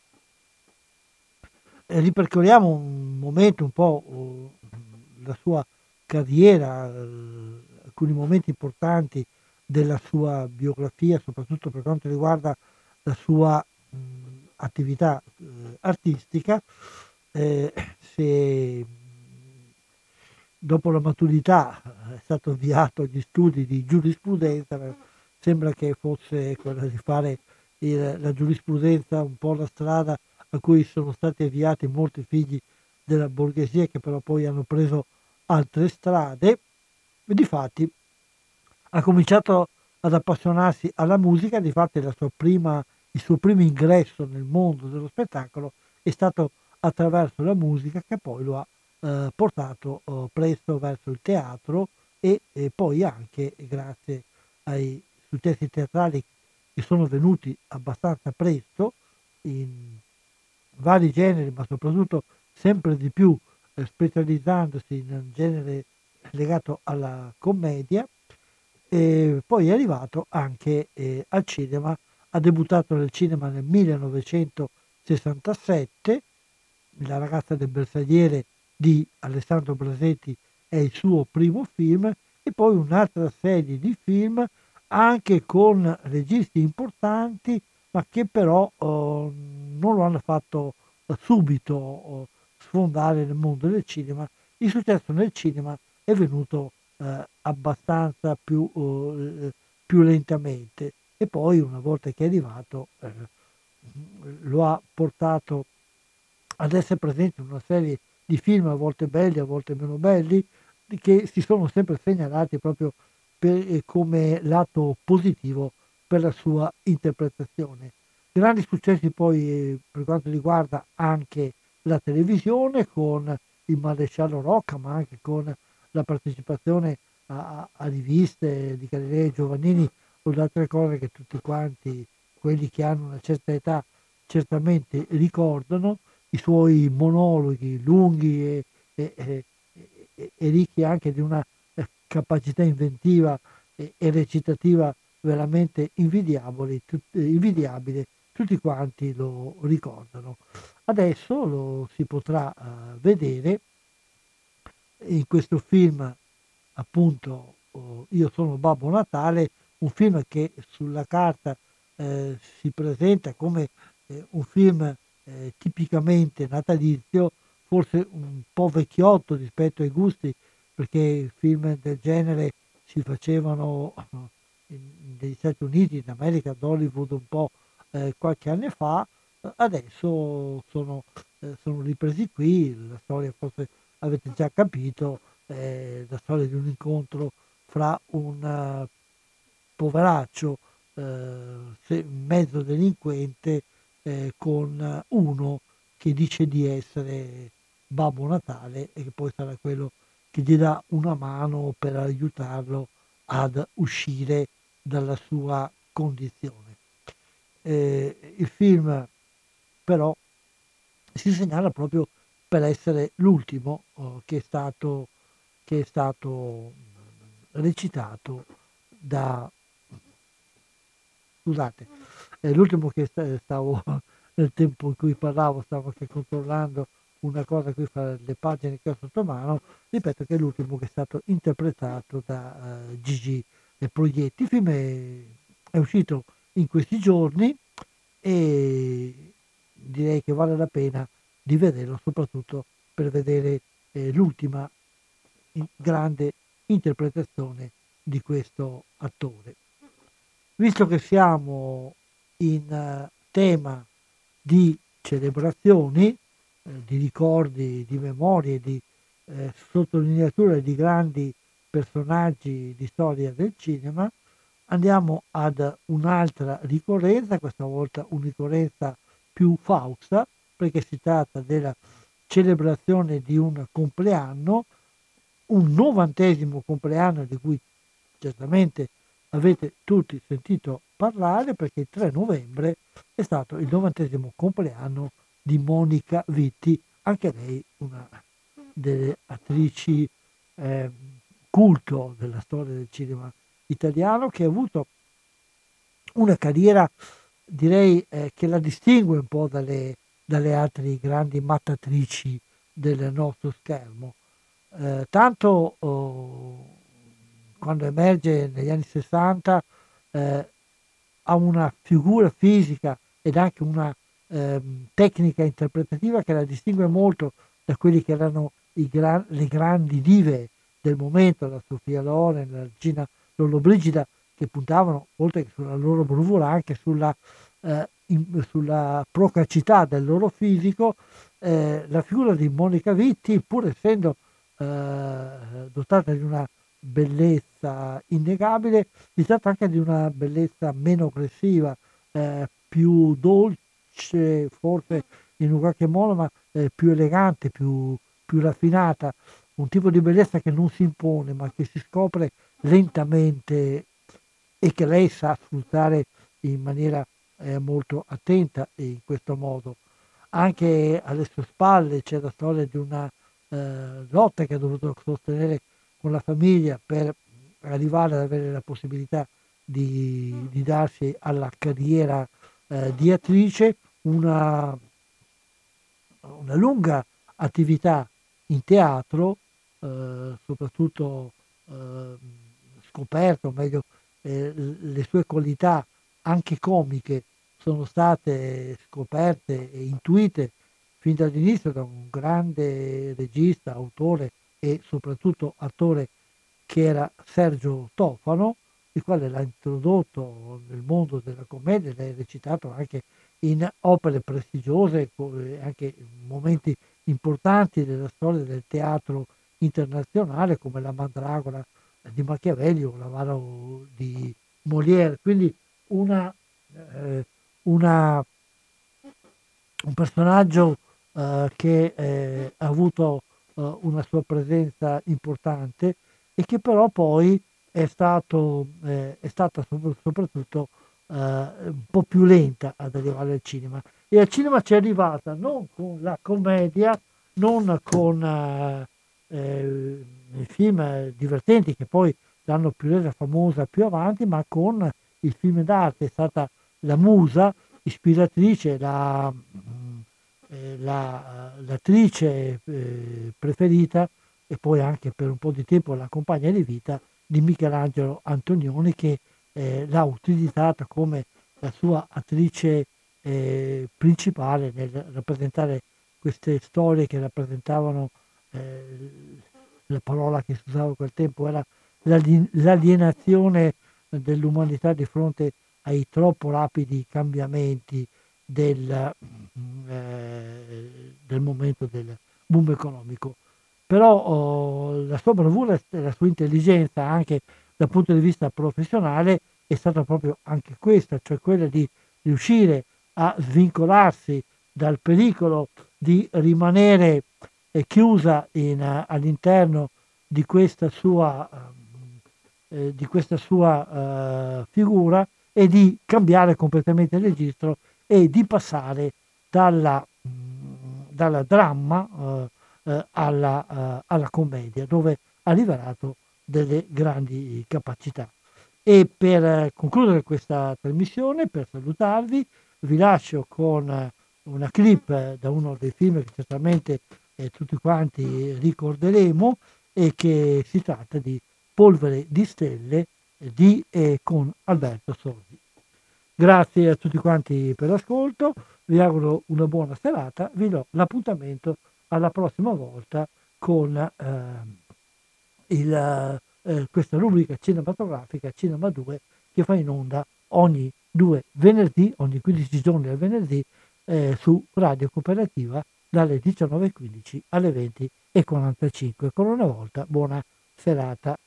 E ripercorriamo un momento un po' uh, la sua carriera, uh, alcuni momenti importanti della sua biografia, soprattutto per quanto riguarda la sua mh, attività uh, artistica. Eh, se dopo la maturità è stato avviato agli studi di giurisprudenza, sembra che fosse quella di fare il, la giurisprudenza un po' la strada a cui sono stati avviati molti figli della borghesia, che però poi hanno preso altre strade, e difatti ha cominciato ad appassionarsi alla musica. Difatti la sua prima, il suo primo ingresso nel mondo dello spettacolo è stato attraverso la musica, che poi lo ha eh, portato eh, presto verso il teatro e, e poi anche grazie ai successi teatrali che sono venuti abbastanza presto in vari generi, ma soprattutto sempre di più eh, specializzandosi in un genere legato alla commedia, e poi è arrivato anche eh, al cinema, ha debuttato nel cinema nel millenovecentosessantasette, La ragazza del bersagliere di Alessandro Brasetti è il suo primo film, e poi un'altra serie di film anche con registi importanti, ma che però eh, non lo hanno fatto subito eh, sfondare nel mondo del cinema. Il successo nel cinema è venuto eh, abbastanza più, eh, più lentamente, e poi una volta che è arrivato eh, lo ha portato ad essere presente in una serie di film, a volte belli, a volte meno belli, che si sono sempre segnalati proprio per, eh, come lato positivo per la sua interpretazione. Grandi successi poi eh, per quanto riguarda anche la televisione, con il maresciallo Rocca, ma anche con la partecipazione a, a riviste di Galilei Giovannini o ad altre cose che tutti quanti, quelli che hanno una certa età, certamente ricordano. I suoi monologhi lunghi e, e, e, e, e ricchi anche di una capacità inventiva e, e recitativa veramente invidiabili, tut, invidiabile, tutti quanti lo ricordano. Adesso lo si potrà uh, vedere in questo film, appunto, oh, Io sono Babbo Natale, un film che sulla carta eh, si presenta come eh, un film eh, tipicamente natalizio, forse un po' vecchiotto rispetto ai gusti, perché film del genere si facevano in, negli Stati Uniti, in America, ad Hollywood un po' eh, qualche anno fa. Adesso sono, eh, sono ripresi qui. La storia, forse avete già capito, eh, la storia di un incontro fra un uh, poveraccio eh, mezzo delinquente eh, con uno che dice di essere Babbo Natale e che poi sarà quello che gli dà una mano per aiutarlo ad uscire dalla sua condizione. Eh, il film però si segnala proprio per essere l'ultimo oh, che è stato che è stato recitato da scusate è l'ultimo che stavo nel tempo in cui parlavo, stavo anche controllando una cosa qui fra le pagine che ho sotto mano. Ripeto che è l'ultimo che è stato interpretato da uh, Gigi Proietti. Il film è, è uscito in questi giorni e direi che vale la pena di vederlo, soprattutto per vedere eh, l'ultima in grande interpretazione di questo attore. Visto che siamo in uh, tema di celebrazioni, eh, di ricordi, di memorie, di eh, sottolineature di grandi personaggi di storia del cinema, andiamo ad un'altra ricorrenza, questa volta un'ricorrenza più fausta, perché si tratta della celebrazione di un compleanno, un novantesimo compleanno di cui certamente avete tutti sentito parlare, perché il tre novembre è stato il novantesimo compleanno di Monica Vitti, anche lei una delle attrici eh, culto della storia del cinema italiano, che ha avuto una carriera, direi, eh, che la distingue un po' dalle, dalle altre grandi mattatrici del nostro schermo. Eh, tanto oh, quando emerge negli anni sessanta eh, ha una figura fisica ed anche una eh, tecnica interpretativa che la distingue molto da quelli che erano i gran, le grandi dive del momento, la Sofia Loren, la Gina Lollobrigida, che puntavano, oltre che sulla loro bravura, anche sulla, eh, in, sulla procacità del loro fisico. Eh, la figura di Monica Vitti, pur essendo eh, dotata di una bellezza innegabile, si tratta anche di una bellezza meno aggressiva, eh, più dolce, forse in un qualche modo, ma eh, più elegante, più, più raffinata, un tipo di bellezza che non si impone, ma che si scopre lentamente e che lei sa sfruttare in maniera eh, molto attenta, e in questo modo. Anche alle sue spalle c'è la storia di una eh, lotta che ha dovuto sostenere con la famiglia per arrivare ad avere la possibilità di, di darsi alla carriera eh, di attrice, una, una lunga attività in teatro, eh, soprattutto eh, scoperto, o meglio, eh, le sue qualità anche comiche sono state scoperte e intuite fin dall'inizio da un grande regista, autore e soprattutto attore che era Sergio Tofano, il quale l'ha introdotto nel mondo della commedia, l'ha recitato anche in opere prestigiose, anche in momenti importanti della storia del teatro internazionale come La Mandragora di Machiavelli o L'avaro di Molière. Quindi una, eh, una, un personaggio eh, che eh, ha avuto eh, una sua presenza importante e che però poi è, stato, eh, è stata soprattutto eh, un po' più lenta ad arrivare al cinema. E al cinema ci è arrivata non con la commedia, non con eh, eh, i film divertenti che poi l'hanno più resa famosa più avanti, ma con il film d'arte. È stata la musa ispiratrice, la, eh, la, l'attrice eh, preferita e poi anche per un po' di tempo la compagna di vita di Michelangelo Antonioni, che eh, l'ha utilizzata come la sua attrice eh, principale nel rappresentare queste storie che rappresentavano, eh, la parola che si usava a quel tempo era l'alienazione dell'umanità di fronte ai troppo rapidi cambiamenti del, eh, del momento del boom economico. Però oh, la sua bravura e la sua intelligenza anche dal punto di vista professionale è stata proprio anche questa, cioè quella di riuscire a svincolarsi dal pericolo di rimanere eh, chiusa in, uh, all'interno di questa sua, uh, eh, di questa sua uh, figura e di cambiare completamente il registro e di passare dalla, mh, dalla dramma uh, Uh, alla, uh, alla commedia, dove ha rivelato delle grandi capacità. E per uh, concludere questa trasmissione, per salutarvi, vi lascio con uh, una clip uh, da uno dei film che certamente eh, tutti quanti ricorderemo e che si tratta di Polvere di stelle eh, di e con Alberto Sordi. Grazie a tutti quanti per l'ascolto, vi auguro una buona serata, vi do l'appuntamento alla prossima volta con eh, il, eh, questa rubrica cinematografica Cinema due che fa in onda ogni due venerdì, ogni quindici giorni al venerdì eh, su Radio Cooperativa dalle diciannove e quindici alle venti e quarantacinque. Ancora una volta buona serata.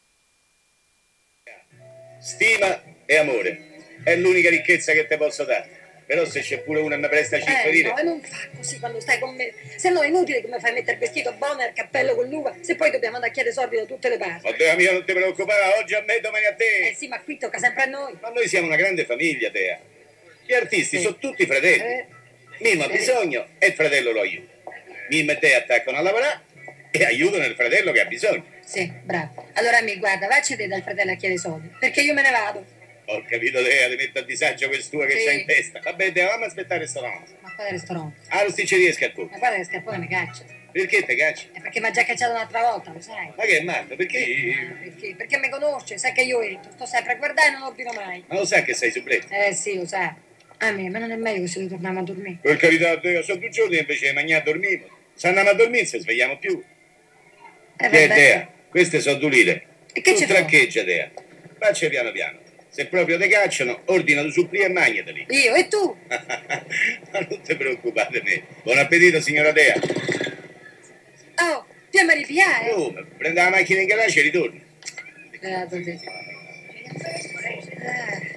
Stima e amore è l'unica ricchezza che ti posso dare. Però se c'è pure una mi presta a cinferire... Eh, no, e non fa così quando stai con me. Se no è inutile che mi fai mettere il vestito buono e il cappello con l'uva, se poi dobbiamo andare a chiedere soldi da tutte le parti. Oddio mio, non ti preoccupare, oggi a me, domani a te. Eh sì, ma qui tocca sempre a noi. Ma noi siamo una grande famiglia, Tea. Gli artisti sì. sono tutti fratelli. Eh. Mimmo ha bisogno e il fratello lo aiuta. Mimmo e te attaccano a lavorare e aiutano il fratello che ha bisogno. Sì, bravo. Allora mi guarda, vacci te dal fratello a chiedere soldi, perché io me ne vado. Ho capito, Tea, ti metto a disagio quest'ua che sì. c'hai in testa. Vabbè, Tea, vamo aspettare il ristorante. Ma quale ristorante? Ah, l'osticceria Scarpone. Ma guarda che Scarpone mi caccia. Perché te caccia? È perché mi ha già cacciato un'altra volta, lo sai. Ma che è matto, perché? Ah, perché? Perché mi conosce, sa che io entro, sto sempre a guardare e non ordino mai. Ma lo sa che sei subletta? Eh sì, lo sa. A me, ma non è meglio che se ritorniamo a dormire. Per carità, Tea, sono due giorni invece di mangiare a dormire. Se andiamo a dormire se svegliamo più. Eh, che è, Tea? Queste sono due lire. E che tu c'è? Trancheggia, Tea. Faccia piano piano. Se proprio te cacciano, ordina tu supplì e magnateli. Io e tu? Ma non ti preoccupate me. Buon appetito, signora Tea. Oh, ti mi ripiare? Come? Prenda la macchina in garage e ritorni. Eh, eh.